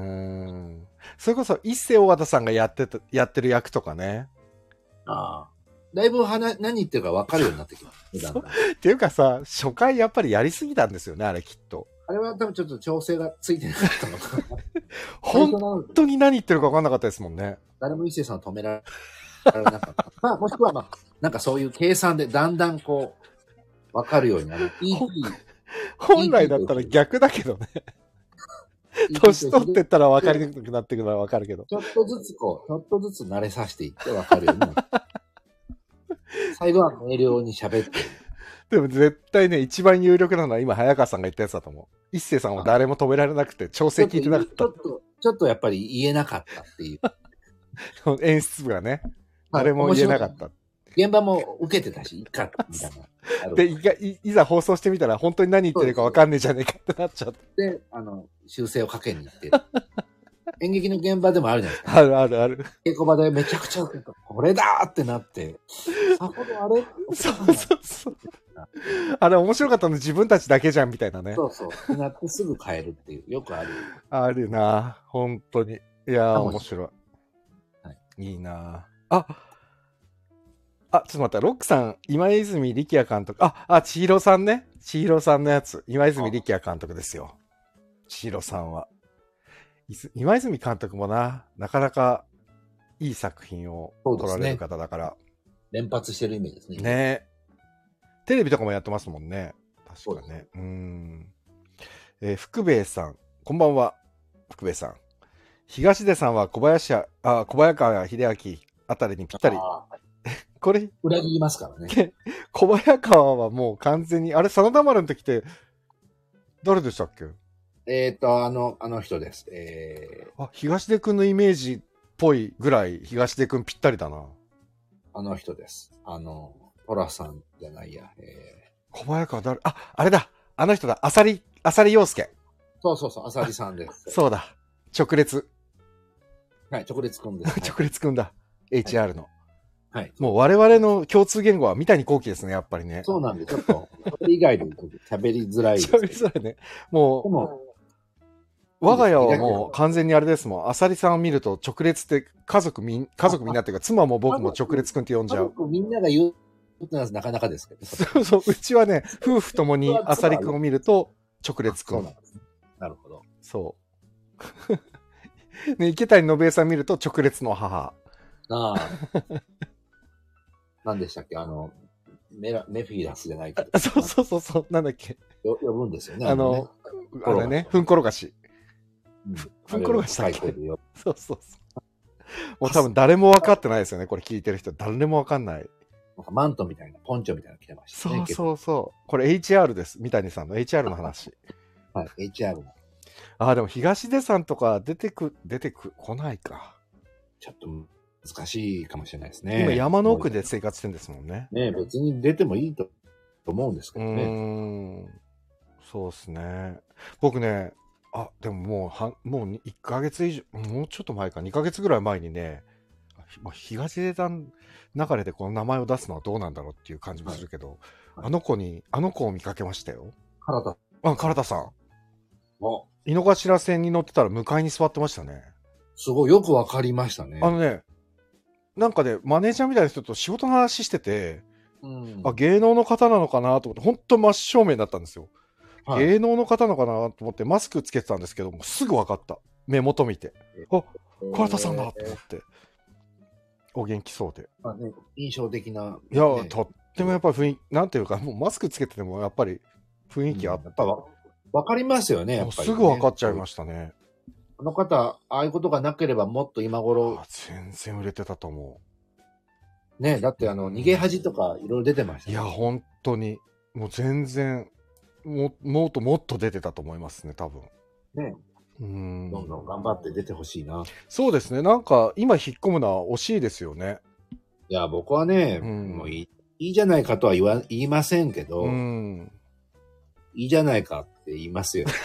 それこそ、一世尾形さんがやってた、やってる役とかね。 ああ。だいぶはな何言ってるか分かるようになってきます。 っていうかさ、初回やっぱりやりすぎたんですよね、あれきっと。 あれは多分ちょっと調整がついてなかったのかな。 本当に何言ってるか分かんなかったですもんね。 誰も一世さんを止められなかった。まあ、もしくはまあ、なんかそういう計算でだんだんこう、分かるようになる。 本来だったら逆だけどね。年取ってったら分かりにくくなってくるのは分かるけど。 ちょっとずつこう、ちょっとずつ慣れさせていって分かるようになる。最後は明瞭に喋ってる。 でも絶対ね、一番有力なのは今、早川さんが言ったやつだと思う。一星さんは誰も止められなくて、調整聞いてなかった。 ちょっと、ちょっとやっぱり言えなかったっていう。 演出部がね、誰も言えなかった。 現場も受けてたし、いいか、みたいな。 でい、いざ放送してみたら、本当に何言ってるか分かんねえじゃねえかってなっちゃって。 で、あの、修正をかけに行って。演劇の現場でもあるじゃないですか。 あるあるある。 稽古場でめちゃくちゃ、これだーってなって、さほどあれそうそうそう。あれ面白かったの自分たちだけじゃんみたいなね。 そうそう。ってなってすぐ変えるっていう、よくある。 あるな本当に。いやー、面白い。はい、いいなあ、あ、ちょっと待った。ロックさん、今泉力也監督。あ、あ、千尋さんね。千尋さんのやつ。今泉力也監督ですよ。千尋さんは。今泉監督もな、なかなかいい作品を撮られる方だから。ね、 連発してるイメージですね。 ね。テレビとかもやってますもんね。確かね。うーん。えー、福兵衛さん。こんばんは。福兵衛さん。東出さんは小林あ、小早川秀明あたりにぴったり。これ。 裏切りますからね。 小早川はもう完全に、あれ、真田丸の時って、誰でしたっけ？ えっと、あの、あの人です。えー、あ、東出くんのイメージっぽいぐらい、東出くんぴったりだな。 あの人です。あの、トラさんじゃないや。えー、小早川誰、あ、あれだ。あの人だ。あさり、あさり陽介。 そうそうそう、あさりさんです。 そうだ。直列。 はい、直列くんです、 ね。直列くんだ。エイチアール の。 はい。 もう我々の共通言語は三谷幸喜ですね、やっぱりね。 そうなんで、ちょっと、それ以外で喋りづらいです。 喋りづらいね。もう、でも我が家はもう完全にあれですもん。あさりさんを見ると直列って家族みん、家族みんなっていうか、妻も僕も直列くんって呼んじゃう。 家族みんなが言うことなかなかですけど。 そうそう、うちはね、夫婦ともにあさりくんを見ると直列くん。 なるほど。 そう。ね、池谷信江さん見ると直列の母。 ああ。何でしたっけあの、メラ、メフィラスじゃないけど。 そうそうそうそう、なんだっけ。 よ呼ぶんですよね。 あの、あれね、ふんころがし。ふんころがしだっけ。そうそうそう。もう多分誰も分かってないですよね、これ聞いてる人。誰も分かんない。 なんかマントみたいな、ポンチョみたいなの着てましたね。 そうそうそう。これ エイチアール です。三谷さんの エイチアール の話。 はい、エイチアール の。 ああ、でも東出さんとか出てく、出てく、来ないか。 ちょっと難しいかもしれないですね。 今山の奥で生活してるんですもんね。 ね別に出てもいいと思うんですけどね。 うーん。そうですね。僕ね、あ、でももうは、もういっかげつ以上、もうちょっと前か、にかげつぐらい前にね、東出さん流れでこの名前を出すのはどうなんだろうっていう感じもするけど、はいはい、あの子に、あの子を見かけましたよ。 唐田。 あ、唐田さん。井の頭線に乗ってたら向かいに座ってましたね。 すごい、よくわかりましたね。 あのね、なんかね、マネージャーみたいな人と仕事の話してて、うん、あ、芸能の方なのかなと思って、本当真正面だったんですよ。はい、芸能の方なのかなと思ってマスクつけてたんですけども、すぐ分かった。目元見て。あ、唐田さんだと思って。お元気そうで。 あね、印象的な、ね。 いや、とってもやっぱり雰囲気、なんていうか、もうマスクつけててもやっぱり雰囲気あった。うん、やっぱ分かりますよね、やっぱり、ね。 すぐ分かっちゃいましたね。 あの方、ああいうことがなければもっと今頃。 全然売れてたと思ね、だってあの、逃げ恥とかいろいろ出てましたね。 いや、本当に、もう全然、も、もっともっと出てたと思いますね、多分。 ね、 うん。 どんどん頑張って出てほしいな。 そうですね。なんか、今引っ込むのは惜しいですよね。 いや、僕はね、 うんもういい、いいじゃないかとは言わ、言いませんけど、 うん。 いいじゃないかって言いますよ。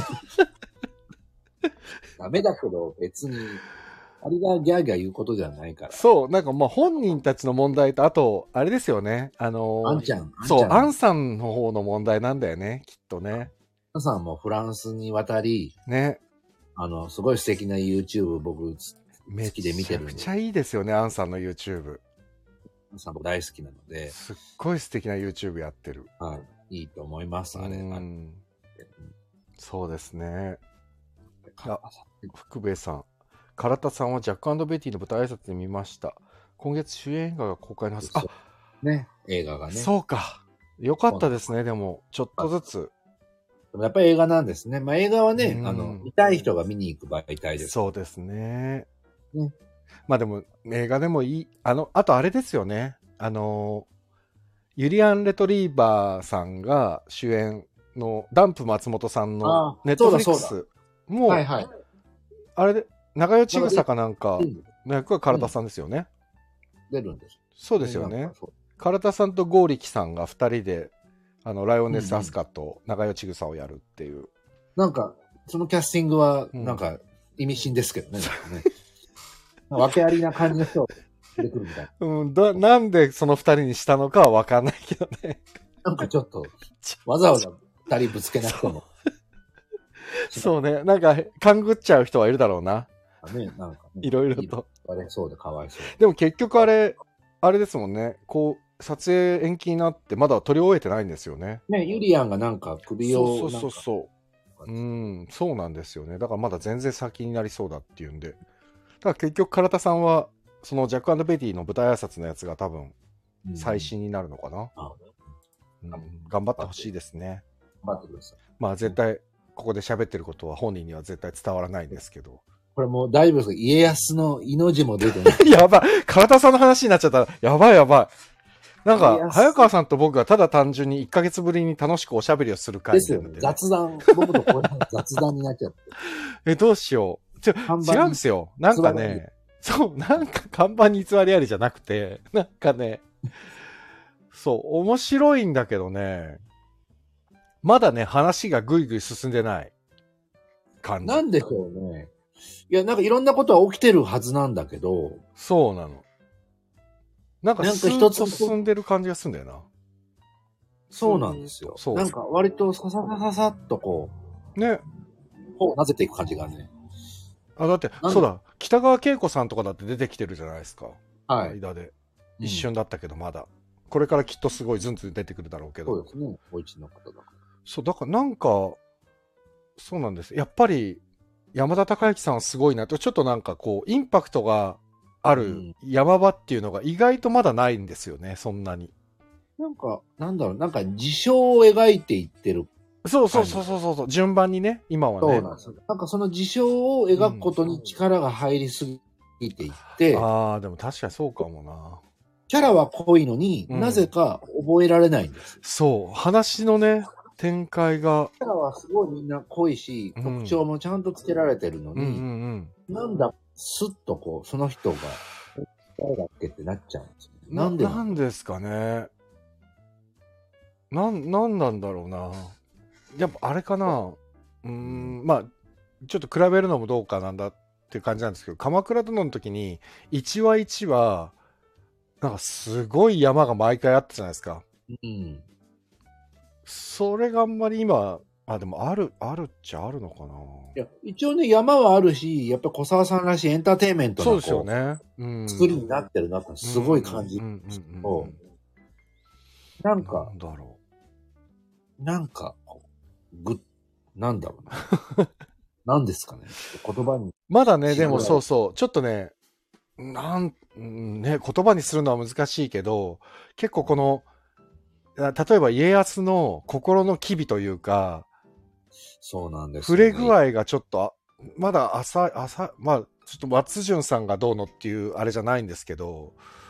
ダメだけど、別に、あれがギャーギャー言うことじゃないから。 そう、なんかまあ本人たちの問題と、あと、あれですよね。あのーあんちゃん、あんちゃん。 そう、アンさんの方の問題なんだよね、きっとね。 アンさんもフランスに渡り、 ね。 あの、すごい素敵な YouTube 僕め好きで見てるんで。 ちゃくちゃいいですよね、アンさんの YouTube。 アンさん僕大好きなので。 すっごい素敵な YouTube やってる。 はい。いいと思います、あれ。 うあん。そうですね。 あ福部さん。唐田さんはジャック&ベティの舞台挨拶で見ました。今月主演映画が公開のはず。あ、 ね、映画がね。 そうか。よかったですね、でも、ちょっとずつ。 でもやっぱり映画なんですね。まあ映画はね、 うんあの、見たい人が見に行く媒体です。 そうですね。 ねまあでも、映画でもいい。あの、あとあれですよね。あの、ユリアン・レトリーバーさんが主演のダンプ松本さんのあネットフリックそうだそスも、 はいはい。 あれで、長与千草かなんかうんの役は唐田さんですよね。 出るんです。 そうですよねなんか。そう唐田さんと剛力さんがふたりで、あの、ライオネス・アスカと長与千草をやるっていう。 なんか、そのキャスティングは、 うんなんか、意味深ですけどね。なんかね訳ありな感じの人が出てくるみたいな。 うん、だなんでそのふたりにしたのかはわかんないけどね。 なんかちょっと、わざわざ二人ぶつけなくても。 そうね。なんか、勘ぐっちゃう人はいるだろうな。 ね、なんかね。 いろいろと。 あれそうでかわいそう。 でも結局あれ、あれですもんね。こう、撮影延期になって、まだ撮り終えてないんですよね。 ね、ユリアンがなんか首をそうそうそうう。 そう。うん、そうなんですよね。だからまだ全然先になりそうだっていうんで。だから結局、唐田さんは、そのジャック&ベティの舞台挨拶のやつが多分、 うん最新になるのかな。 あうん、頑張ってほしいですね。 頑張ってください。 まあ絶対、ここで喋ってることは本人には絶対伝わらないんですけど。 これもう大丈夫ですか？家康の命字も出てない。 やばい。唐田さんの話になっちゃったら、やばいやばい。なんか、 いや早川さんと僕がただ単純にいっかげつぶりに楽しくおしゃべりをする会ですよね。 になって、 雑談。僕とこれ雑談になっちゃって。 え、どうしよう。ちょ、 看板に違うんですよ。なんかね、そう、なんか看板に偽りありじゃなくて、なんかね、そう、面白いんだけどね、まだね、話がぐいぐい進んでない感じ。 なんでしょうね。いや、なんかいろんなことは起きてるはずなんだけど、 そうなの。なんかなんかスーッ一つと進んでる感じがするんだよな。 そうなんですよ。 そうなんか割とさささささっとこね。 う、こう混ぜていく感じがね。 あ、だって、 なんそうだ、北川景子さんとかだって出てきてるじゃないですか。 はい。 間で。 うん一瞬だったけど、まだ。これからきっとすごいズンズン出てくるだろうけど。 そうですね。お一の方だから。 そう、だからなんか、そうなんです。やっぱり、山田孝之さんはすごいなと、ちょっとなんかこう、インパクトがあるうん山場っていうのが意外とまだないんですよね、そんなに。 なんか、なんだろう、なんか事象を描いていってる。 そうそうそうそうそう、順番にね、今はね。 そうなんですよ。なんかその事象を描くことに力が入りすぎていって、 ああ、でも確かにそうかもな。 キャラは濃いのに、 うんなぜか覚えられないんです。 そう、話のね、展開が、 キャラはすごいみんな濃いし、 うん特徴もちゃんとつけられてるのに、 うんうんうん。 なんだ、スッとこう、その人が、誰だっけってなっちゃうんですよ。 ななんでなんですかね。なん、なんなんだろうな。やっぱあれかな。うーん、まあ、ちょっと比べるのもどうかなんだっていう感じなんですけど、鎌倉殿の時に、一話一話、なんかすごい山が毎回あったじゃないですか。 うん。 それがあんまり今、あ、でもある、あるっちゃあるのかな。 いや、一応ね、山はあるし、やっぱ小沢さんらしいエンターテインメントそうですよなこう、 ね。うん。 作りになってるなってすごい感じうんうんうんうんうんと、なんなかん、だろなんか、こうぐ、なんだろうな。なんですかね。言葉に。 う。まだね、 違うでもそうそう、ちょっとね、なん、うんね、言葉にするのは難しいけど、結構この、あ例えば家康の心の機微というか、 そうなんです触よね、 れ具合がちょっと、あまだ浅い、浅い、まあ、ちょっと松潤さんがどうのっていうあれじゃないんですけど、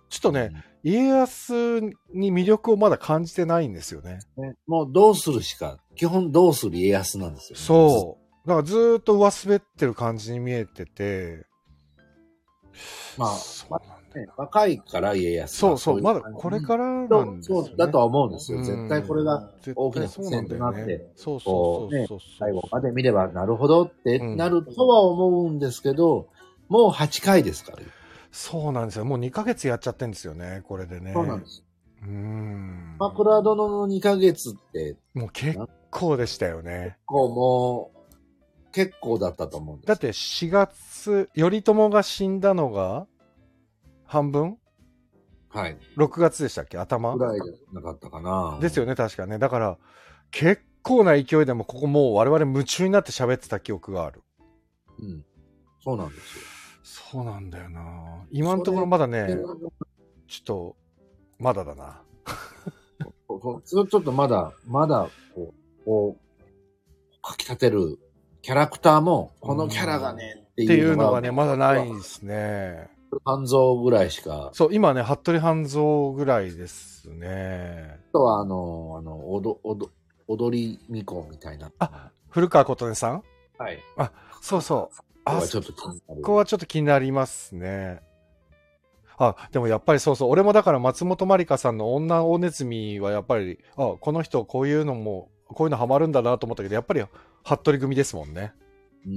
ちょっとね、家康に魅力をまだ感じてないんですよね。 ね、もうどうするしか、基本どうする家康なんですよね。 そう。だからずーっと上滑ってる感じに見えてて。 まあ、 そうなんだね、若いから家康そうそう、 いまだこれからなんですよ、ね。 そうだとは思うんですよ。 うん絶対これが大きな苦戦となって、 そうそうそうそうそう。 最後まで見ればなるほどってなるとは思うんですけど、うん、もうはちかいですから。 そうなんですよ。もうにかげつやっちゃってるんですよね、これでね。 そうなんです。 うーん。 枕殿のにかげつって、 もう結構でしたよね。 結構もう、結構だったと思うんです。 だってしがつ、頼朝が死んだのが半分はい。 ろくがつでしたっけ、頭ぐらいじゃなかったかな。 ですよね、確かね。だから、結構な勢いでもここもう我々夢中になって喋ってた記憶がある。 うん。そうなんですよ。 そうなんだよな。今のところまだね、ちょっと、まだだな。 ちょっとまだ、まだ、こう、こう、かき立てるキャラクターも、このキャラがね、 っていうのがね、まだないんですね。 半蔵ぐらいしか。 そう、今ね、服部半蔵ぐらいですね。 あとは、あの、あの、おど、おど、踊り巫女みたいな。 あ、古川琴音さんはい。 あ、そうそう。あ、 そこはちょっと気になりますね。あ、でもやっぱりそうそう。俺もだから松本まりかさんの女大ネズミはやっぱり、あ、この人こういうのも、こういうのハマるんだなと思ったけど、やっぱり服部組ですもんね。 うん。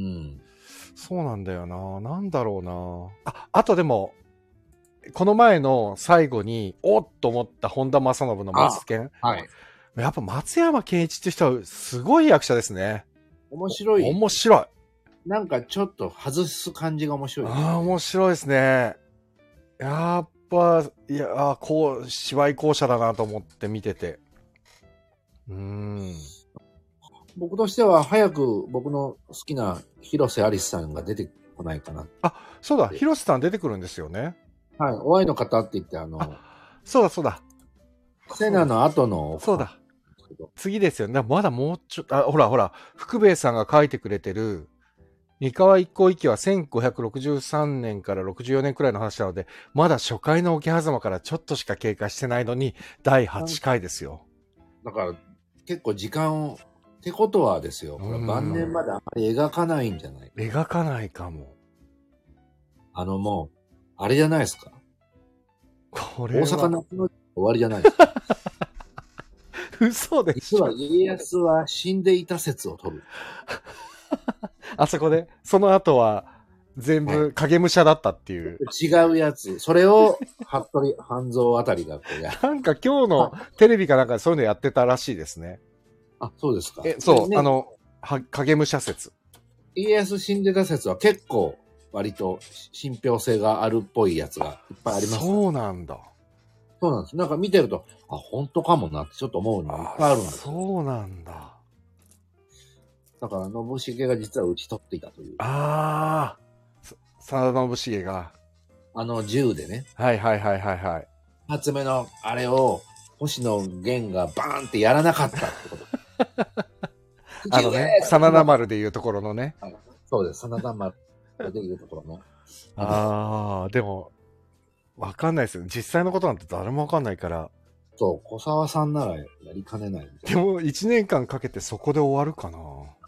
そうなんだよな。なんだろうな。あ、あとでも、この前の最後に、おっと思った本田正信の松健。 はい。 やっぱ松山ケンイチって人はすごい役者ですね。 面白い。 面白い。 なんかちょっと外す感じが面白い、 ね。ああ、面白いですね。やっぱ、いや、こう、芝居校舎だなと思って見てて。うーん。 僕としては早く僕の好きな広瀬アリスさんが出てこないかな。 あ、そうだ、広瀬さん出てくるんですよね。 はい、お会いの方って言って、あの、 あ、そうだそうだ。 セナの後の。 そうだ。次ですよね。まだもうちょっと、あ、ほらほら、福兵衛さんが書いてくれてる、三河一向一揆はせんごひゃくろくじゅうさんねんからろくじゅうよねんくらいの話なので、まだ初回の桶狭間からちょっとしか経過してないのに、だいはちかいですよ。 だから、結構時間を、ってことはですよ、これ晩年まであまり描かないんじゃない？ 描かないかも。 あのもう、あれじゃないですか。 これは。 大阪夏の終わりじゃないですか。 嘘でしょ。 実は家康は死んでいた説を取る。 あそこで、その後は全部影武者だったっていう。 違うやつ。それを、服部半蔵あたりがこうやなんか今日のテレビかなんかそういうのやってたらしいですね。 あ、そうですか。 え、そう、ね、あの、は影武者説。 家康死んでた説は結構、割と信憑性があるっぽいやつがいっぱいあります。 そうなんだ。 そうなんです。なんか見てると、あ、本当かもなってちょっと思うのがいっぱいあるんです。 そうなんだ。 だから、信繁が実は討ち取っていたという。 ああ。真田信繁が。 あの銃でね。 はいはいはいはいはい。 二つ目のあれを、星野源がバーンってやらなかったってこと。 あのね、真田丸でいうところのね。 はい、そうです。真田丸でいうところの。 ああ、でも、わかんないですよ。実際のことなんて誰もわかんないから。 そう、小沢さんならやりかねないみたいな。 でも、一年間かけてそこで終わるかな。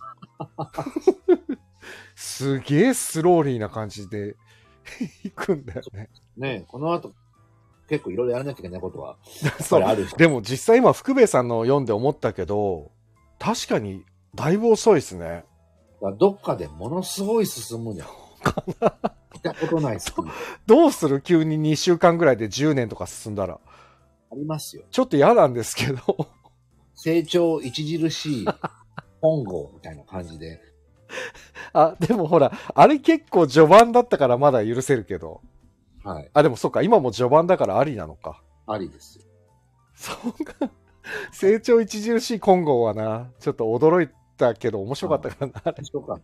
すげえスローリーな感じで行くんだよね。 ねえ、この後、結構いろいろやらなきゃいけないことは、そうあるし。 でも実際今、福兵衛さんの読んで思ったけど、確かに、だいぶ遅いですね。 どっかでものすごい進むね。見たことないスピード。どうする急ににしゅうかんぐらいでじゅうねんとか進んだら。 ありますよ。 ちょっと嫌なんですけど。 成長著しい本郷みたいな感じで。 あ、でもほら、あれ結構序盤だったからまだ許せるけど。 はい。 あ、でもそっか、今も序盤だからありなのか。 ありですよ。 そうか。成長著しい金剛はな、ちょっと驚いたけど面白かったからな。 面白かった。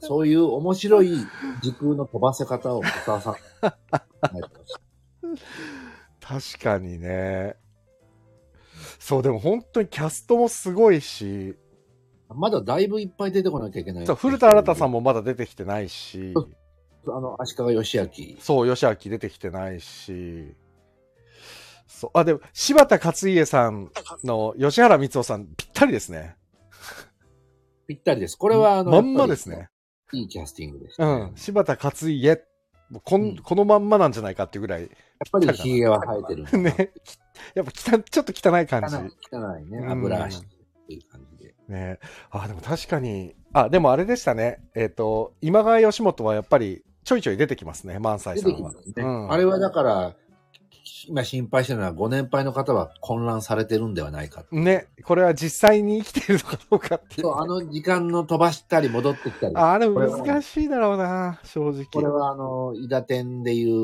そういう面白い時空の飛ばせ方を小沢さん。 確かにね。そう、でも本当にキャストもすごいし。 まだだいぶいっぱい出てこなきゃいけない。 そう、古田新太さんもまだ出てきてないし。 あの、足利義明。 そう、義明出てきてないし。 そう。あ、でも、柴田勝家さんの吉原光夫さん、ぴったりですね。 ぴったりです。これは、あの、 まんまですね。 いいキャスティングでした、ね。 うん。柴田勝家、こん、うん、このまんまなんじゃないかっていうぐらい。やっぱりヒゲは生えてる。 ね。やっぱ汚、ちょっと汚い感じ。 汚い、汚いね。油足っていう感じで。 ね。あ、でも確かに、あ、でもあれでしたね。えっ、ー、と、今川義元はやっぱりちょいちょい出てきますね、萬斎さんは。出てきますね。 うん、あれはだから、今心配してるのはご年配の方は混乱されてるんではないかね。これは実際に生きてるのかどうかっていう、ね。 そう、あの時間の飛ばしたり戻ってきたり。 あれ難しいだろうな、正直。 これはあの、伊達天でいう、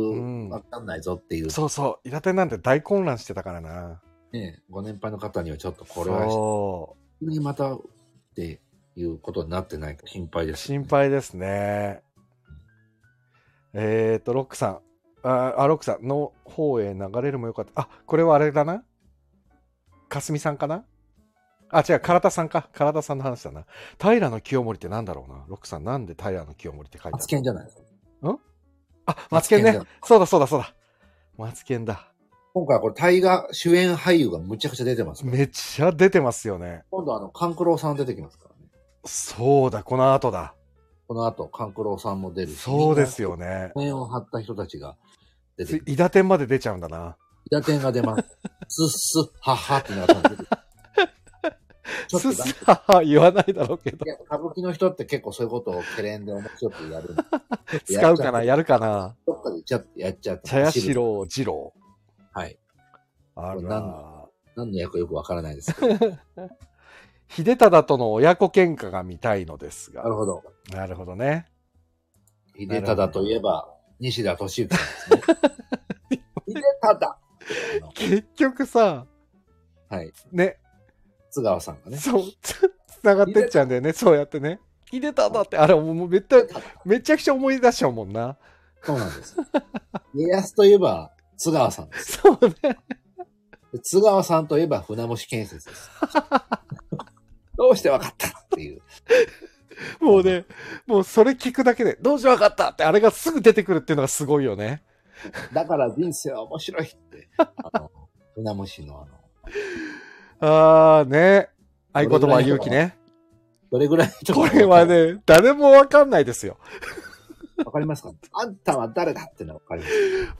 わ、うん、かんないぞっていう。 そうそう。伊達天なんて大混乱してたからな。 ね、ご年配の方にはちょっとこれは、そう。にまたっていうことになってないか心配です、 ね。心配ですね。えっ、ー、と、ロックさん。あ、あロックさんの方へ流れるもよかった。あ、これはあれだな。かすみさんかな。あ、違う、唐田さんか。唐田さんの話だな。平清盛ってなんだろうな。ロックさん、なんで平清盛って書いてある？ マツケンじゃないですか。 んあ、マツケンね。そうだそうだそうだ。マツケンだ。 今回はこれ、大河主演俳優がむちゃくちゃ出てます、 ね。めっちゃ出てますよね。 今度あの、勘九郎さん出てきますからね。 そうだ、この後だ。 この後、勘九郎さんも出るし。 そうですよね。 面を張った人たちが出てくる。 伊達天まで出ちゃうんだな。 伊達天が出ます。すっす、はっはってなったんですすっす、はっは言わないだろうけど。 いや、歌舞伎の人って結構そういうことをケレンで面白くやる。 使うかな、やるかな。 どっかでちゃっとやっちゃった。 茶屋四郎二郎。 はい。 あら。 何, 何の役かよくわからないですけど。 秀忠との親子喧嘩が見たいのですが。 なるほど。 なるほどね。 秀忠といえば、西田敏行さんですね。秀忠結局さ、 はい。 ね。 津川さんがね。 そう、繋がってっちゃうんだよね、そうやってね。秀忠って、あれ、もうめっちゃ、めちゃくちゃ思い出しちゃうもんな。 そうなんです。家康といえば、津川さんです。 そうね。 津川さんといえば船越建設です。どうしてわかったっていう。 もうね、もうそれ聞くだけで、どうしてわかったって、あれがすぐ出てくるっていうのがすごいよね。 だから人生は面白いって。あの、船越のあの。 あーね。合言葉勇気ね。 どれぐらいこれはね、誰もわかんないですよ。 わかりますか？あんたは誰だってのはわかります。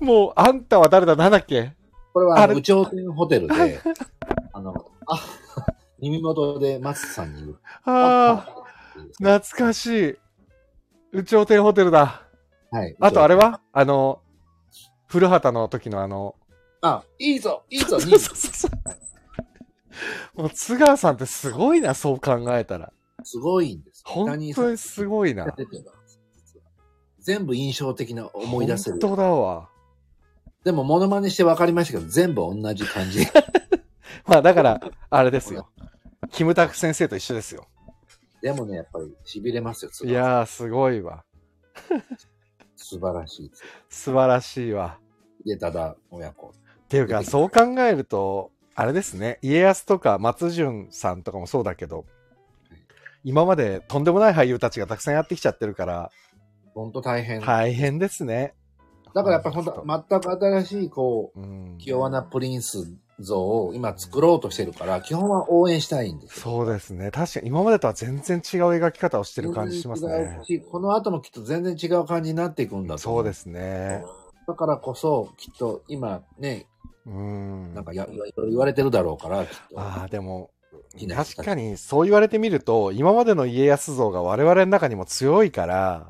もう、あんたは誰だなんだっけ？ これは、有頂天ホテルで、あの、あ、耳元で松さんに言う。 ああ、懐かしい。有頂天ホテルだ。 はい。 あとあれはあの、古畑の時のあの、 あ、いいぞいいぞそうそうそう。もう津川さんってすごいな、そう考えたら。 すごいんです。 本当にすごいな。 全部印象的な思い出せる。 本当だわ。 でもモノマネして分かりましたけど、全部同じ感じ。 まあだから、あれですよ。キムタク先生と一緒ですよ。 でもね、やっぱり痺れますよ、 いやー、すごいわ。 素晴らしい。 素晴らしいわ。 家忠親子。 っていうか、そう考えると、あれですね、家康とか松潤さんとかもそうだけど、今までとんでもない俳優たちがたくさんやってきちゃってるから、 本当大変。 大変ですね。 だからやっぱり本当全く新しい、こう、うん、気弱なプリンス像を今作ろうとしてるから、基本は応援したいんですよ。 そうですね。確かに今までとは全然違う描き方をしてる感じしますね。 この後もきっと全然違う感じになっていくんだと思う。 そうですね。 だからこそ、きっと今ね、 うん、 なんかやいろいろ言われてるだろうから、きっと。 ああ、でも、確かにそう言われてみると、今までの家康像が我々の中にも強いから、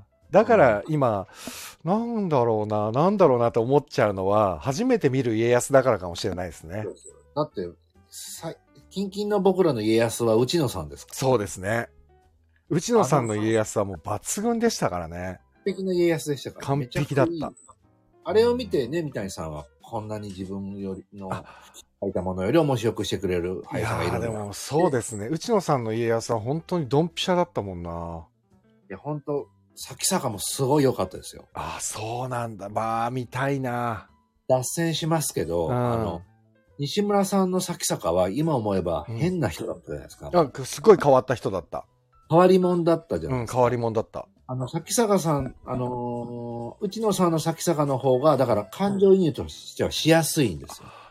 だから今、うん、なんだろうな、なんだろうなと思っちゃうのは、初めて見る家康だからかもしれないですね。 だって、さキンキンの僕らの家康は内野さんですか？ そうですね。内野さんの家康はもう抜群でしたからね。 完璧な家康でしたから。 完璧だった。 あれを見てね、三谷さんはこんなに自分よりの書いたものより面白くしてくれる俳優さんがいるんだ。いやでもそうですね。内野さんの家康は本当にドンピシャだったもんな。 いや本当先坂もすごい良かったですよ。 ああ、そうなんだ。まあ見たいな。 脱線しますけど、うん、あの西村さんの先坂は今思えば変な人だったじゃないですか。 うん、あすごい変わった人だった。 変わり者だったじゃないですか。 うん、変わり者だった。 あの、先坂さん、あのー、内野さんの先坂の方が、だから感情移入としてはしやすいんですよ。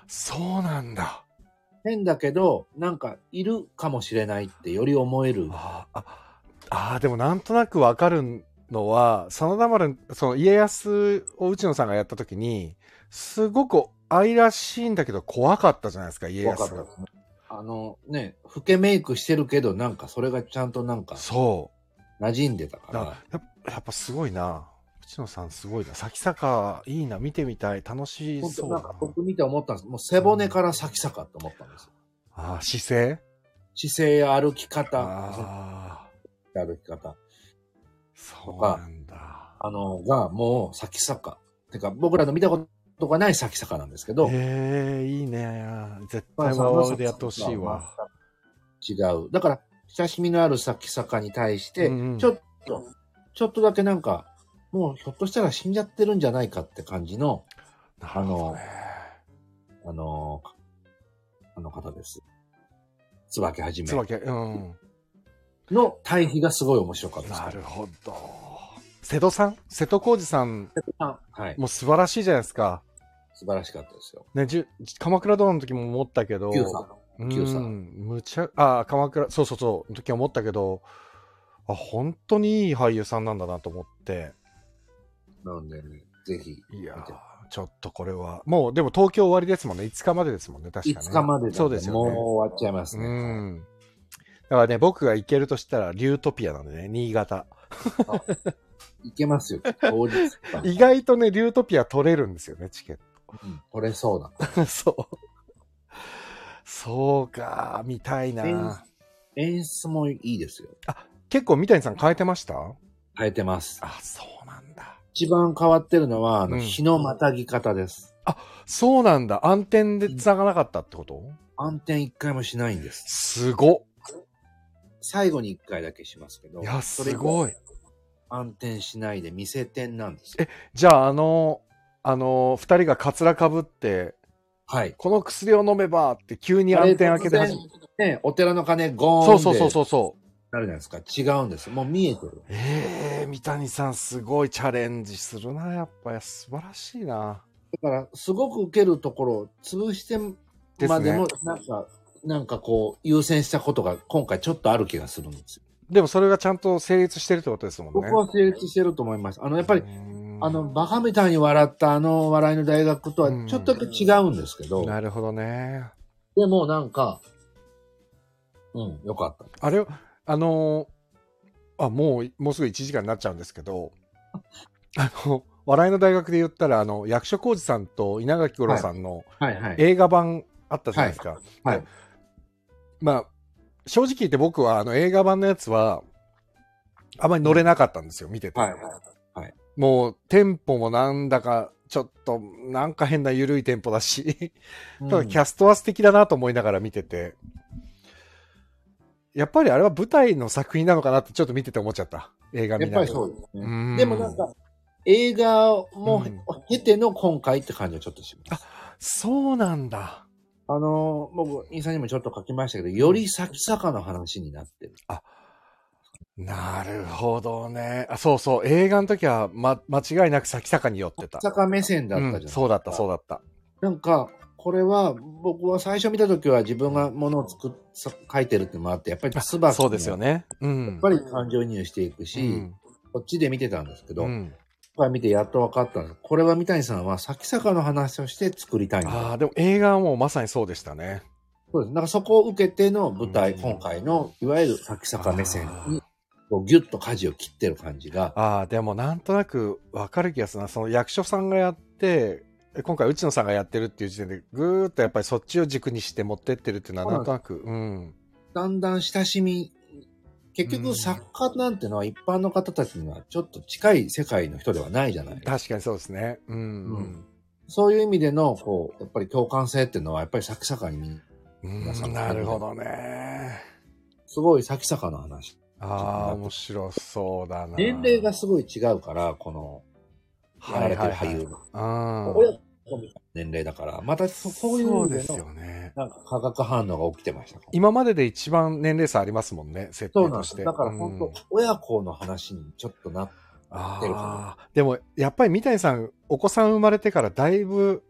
そうなんだ。 変だけど、なんかいるかもしれないってより思える。 あーあ、あーでもなんとなくわかるのは、真田丸、その家康を内野さんがやった時に、すごく愛らしいんだけど怖かったじゃないですか、家康。 怖かったですね。あのね、老けメイクしてるけど、なんかそれがちゃんとなんかそ馴染んでたかう。だら。 やっぱやっぱすごいな。内野さんすごいな。先坂いいな、見てみたい。楽し本当そうだな。 なんか僕見て思ったんです。もう背骨から先坂って思ったんですよ。 ああ、姿勢姿勢や歩き方、 ああ、 歩き方、 そうなんだ。 あの、がもう先坂。てか僕らの見たことがない先坂なんですけど、 ええいいね。絶対ワウワウでやってほしいわ。 違う。だから、親しみのある先坂に対して、 うんうんちょっと、ちょっとだけなんか、もうひょっとしたら死んじゃってるんじゃないかって感じの、 なるほどね。 あの、あの方です。椿はじめ椿、うん。 の対比がすごい面白かったです。 なるほど。瀬戸さん瀬戸康史さんはい。 も素晴らしいじゃないですか。 素晴らしかったですよ。 ね、じゅ鎌倉殿の時も思ったけど、 Q さん。Q さん。 うんむちゃ、あ、鎌倉、そうそうそう、の時は思ったけど、あ、本当にいい俳優さんなんだなと思って。 なので、ね、ぜひ。 いやー、ちょっとこれは。もう、でも東京終わりですもんね。いつかまでですもんね、確かに、ね。 いつかまでだ、ね、 そうですよね。 もう終わっちゃいますね。 うん。だからね、僕が行けるとしたら、リュートピアなんでね、新潟。 行けますよ、当日。 意外とね、リュートピア取れるんですよね、チケット。 うん、取れそうだ。 そう。そうか、見たいな。 演出もいいですよ。 あ、結構三谷さん変えてました？ 変えてます。 あ、そうなんだ。 一番変わってるのは、あの、 うん日のまたぎ方です。 あ、そうなんだ。暗転で繋がなかったってこと？ 暗転一回もしないんです。 すごっ。 最後に一回だけしますけど。 いや、すごい。 暗転しないで見せ点なんですよ。 え、じゃあ、あの、あの、二人がカツラかぶって、 はい。 この薬を飲めばって急に暗転開けて始めね、お寺の鐘ゴーンってそうそうそうそう。 なるじゃないですか。違うんです。もう見えてる。 ええー、三谷さんすごいチャレンジするな、やっぱり素晴らしいな。 だから、すごく受けるところを潰してまでも、なんか、なんかこう、優先したことが今回ちょっとある気がするんですよ。 でもそれがちゃんと成立してるってことですもんね。 僕は成立してると思います。あの、やっぱり、あの、バカみたいに笑ったあの笑いの大学とはちょっとだけ違うんですけど。 なるほどね。 でもなんか、うん、よかった。 あれ、あのー、あ、もう、もうすぐいちじかんになっちゃうんですけど、あの、笑いの大学で言ったら、あの、役所広司さんと稲垣吾郎さんの映画版あったじゃないですか。はい。はいはい、まあ、正直言って僕はあの映画版のやつは、あまり乗れなかったんですよ、見てて。はいはいはい、もう、テンポもなんだか、ちょっと、なんか変な緩いテンポだし、ただキャストは素敵だなと思いながら見てて、やっぱりあれは舞台の作品なのかなってちょっと見てて思っちゃった。映画見ながら。やっぱりそうですね。 でもなんか、映画も経ての今回って感じはちょっとします。 あ、そうなんだ。 あの、僕、インスタにもちょっと書きましたけど、より先坂の話になってる。 あ、なるほどね。あ、そうそう。映画の時は、ま、間違いなく先坂に寄ってた。 先坂目線だったじゃない、 うん、そうだった、そうだった。 なんか、これは、僕は最初見た時は自分がものを作っ、書いてるってのもあって、やっぱり椿そうですよね。うん。 やっぱり感情移入していくし、うん、こっちで見てたんですけど、うん見てやっと分かったんです。これは三谷さんは先坂の話をして作りたいんだ。 ああ、でも映画はもうまさにそうでしたね。 そうです。だからそこを受けての舞台、うん、今回のいわゆる先坂目線にギュッと舵を切ってる感じが。 ああ、でもなんとなく分かる気がするな。その役所さんがやって、今回内野さんがやってるっていう時点でぐーっとやっぱりそっちを軸にして持ってってるっていうのはなんとなく、うん。 だんだん親しみ、結局作家なんてのは一般の方たちにはちょっと近い世界の人ではないじゃないですか。 確かにそうですね。うん、うん。 そういう意味での、こう、やっぱり共感性っていうのはやっぱり先坂に見皆さん。なるほどね。 すごい先坂の話。 ああ、面白そうだな。 年齢がすごい違うから、この、やられてる俳優の。 はいはいはい、 親子みたいな年齢だから、またそういうそうですよね。 なんか化学反応が起きてました。 今までで一番年齢差ありますもんね、設定として。 だから本当、うん、親子の話にちょっとなってるかな。 でも、やっぱり三谷さん、お子さん生まれてからだいぶ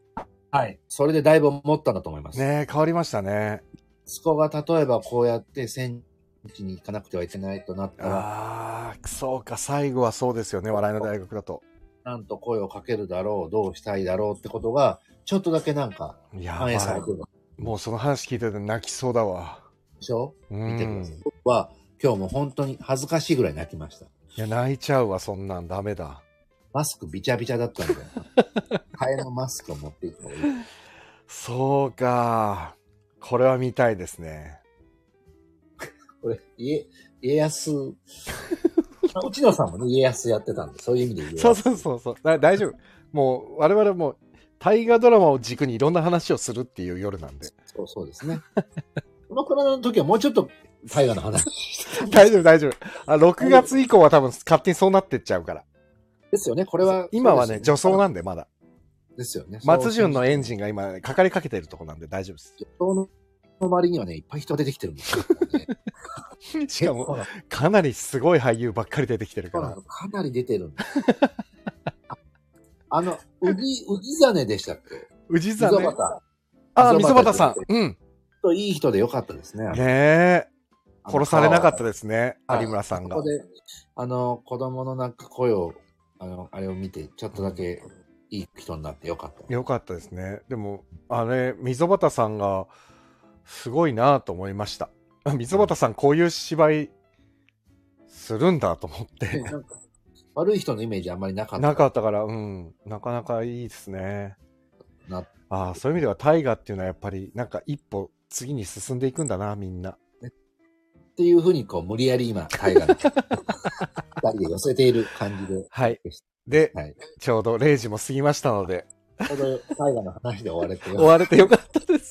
はい。それでだいぶ思ったんだと思います。 ねえ、変わりましたね。 息子が例えばこうやって戦地に行かなくてはいけないとなったら、 ああ、そうか、最後はそうですよね、笑いの大学だと。 なんと声をかけるだろう、どうしたいだろうってことが、ちょっとだけなんかや反映さればてるい。もうその話聞いてて泣きそうだわ。 でしょ？ う見てください。 ん。 僕は今日も本当に恥ずかしいぐらい泣きました。 いや、泣いちゃうわ、そんなんダメだ。 マスクびちゃびちゃだったんで、替えのマスクを持っていった方がいい。 そうか。これは見たいですね。 これ、家、家康、まあ内野さんもね、家康やってたんで、そういう意味で家康。 そうそうそうそう。だ大丈夫。もう、我々も、大河ドラマを軸にいろんな話をするっていう夜なんで。 そうそうですね。この頃の時はもうちょっと大河の話大丈夫、大丈夫。あ、ろくがつ以降は多分勝手にそうなってっちゃうから。 ですよね。これは。 今はね、 ね女装なんで、まだ。 ですよね。 松潤のエンジンが今、ね、かかりかけてるとこなんで大丈夫です。 女装の周りにはね、いっぱい人出てきてるんですよ、ね。 しかも、かなりすごい俳優ばっかり出てきてるから。 かなり出てるんです。あの、うじ、うじざねでしたっけ？ うじざね。 溝端。 ああ、溝端さん。うん。 といい人でよかったですね。 ねえ。殺されなかったですね、有村さんが。 ここで、あの、子供のなんか声を、あの、あれを見て、ちょっとだけいい人になってよかった。 よかったですね。でも、あれ、溝端さんが、すごいなと思いました。溝端さん、こういう芝居、するんだと思って。 なんか悪い人のイメージあんまりなかった。 なかったから、うん。なかなかいいですね。 なああ、そういう意味では大河っていうのはやっぱり、なんか一歩次に進んでいくんだな、みんな。 ね、っていうふうに、こう、無理やり今、大河の二人で寄せている感じで。 はい。で、 はい、ちょうどれいじも過ぎましたので。 ちょうど大河の話で終われて終われてよかったです。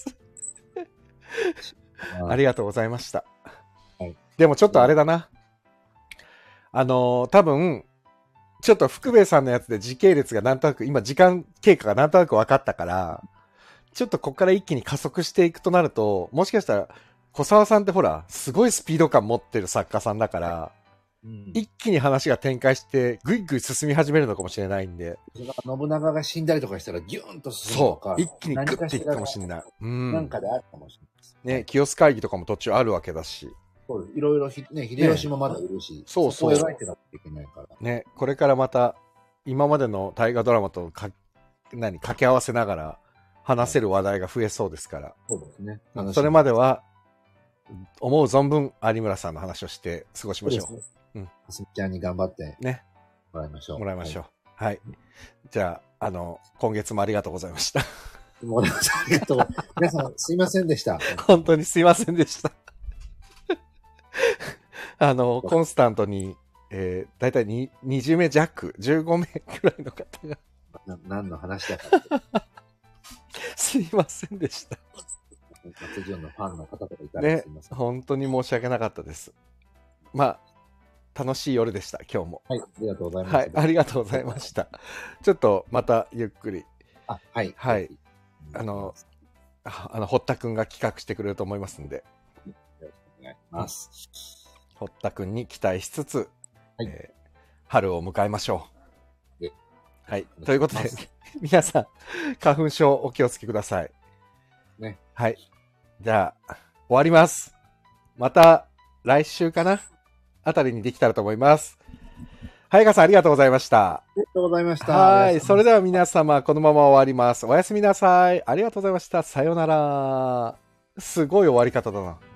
ありがとうございました。はい、でもちょっとあれだな。あのー、多分、ちょっと福兵衛さんのやつで時系列がなんとなく、今時間経過がなんとなく分かったから、ちょっとこっから一気に加速していくとなると、もしかしたら、小沢さんってほら、すごいスピード感持ってる作家さんだから、うん、一気に話が展開して、ぐいぐい進み始めるのかもしれないんで。 信長が死んだりとかしたらギューンと進むのか。 そう。一気にグッていくかもしれない。 うん。なんかであるかもしれないですね。清須会議とかも途中あるわけだし。 そうです。いろいろひ、ね、秀吉もまだいるし。ね、 そうそう。 そこを描いてなきゃいけないから。 ね。これからまた、今までの大河ドラマとか、何、掛け合わせながら、話せる話題が増えそうですから。 そうですね。 それまでは、思う存分有村さんの話をして過ごしましょう。ううん。はすみちゃんに頑張ってね。 もらいましょう。 もらいましょう。はい。はい、じゃあ、あの、今月もありがとうございました。 もらいました。ありがとう。皆さん、すいませんでした。 本当にすいませんでした。あの、コンスタントに、えー、だいたいにじゅうめ弱、じゅうごめくらいの方が。 な何の話だかすいませんでした。 松潤のファンの方とかいたらすいません。 ね、本当に申し訳なかったです。まあ、楽しい夜でした、今日も。 はい、ありがとうございました。 はい、ありがとうございました。ちょっとまたゆっくり。 あ、はい。 はい。あの、あの、堀田くんが企画してくれると思いますんで。よろしくお願いします。 堀田くんに期待しつつ、 はいえー、春を迎えましょう。 はい。ということで、皆さん、花粉症お気をつけください。 ね。 はい。じゃあ、終わります。また来週かなあたりにできたらと思います。早川さんありがとうございました。 ありがとうございました。 はい。それでは皆様、このまま終わります。おやすみなさい。ありがとうございました。さようなら。すごい終わり方だな。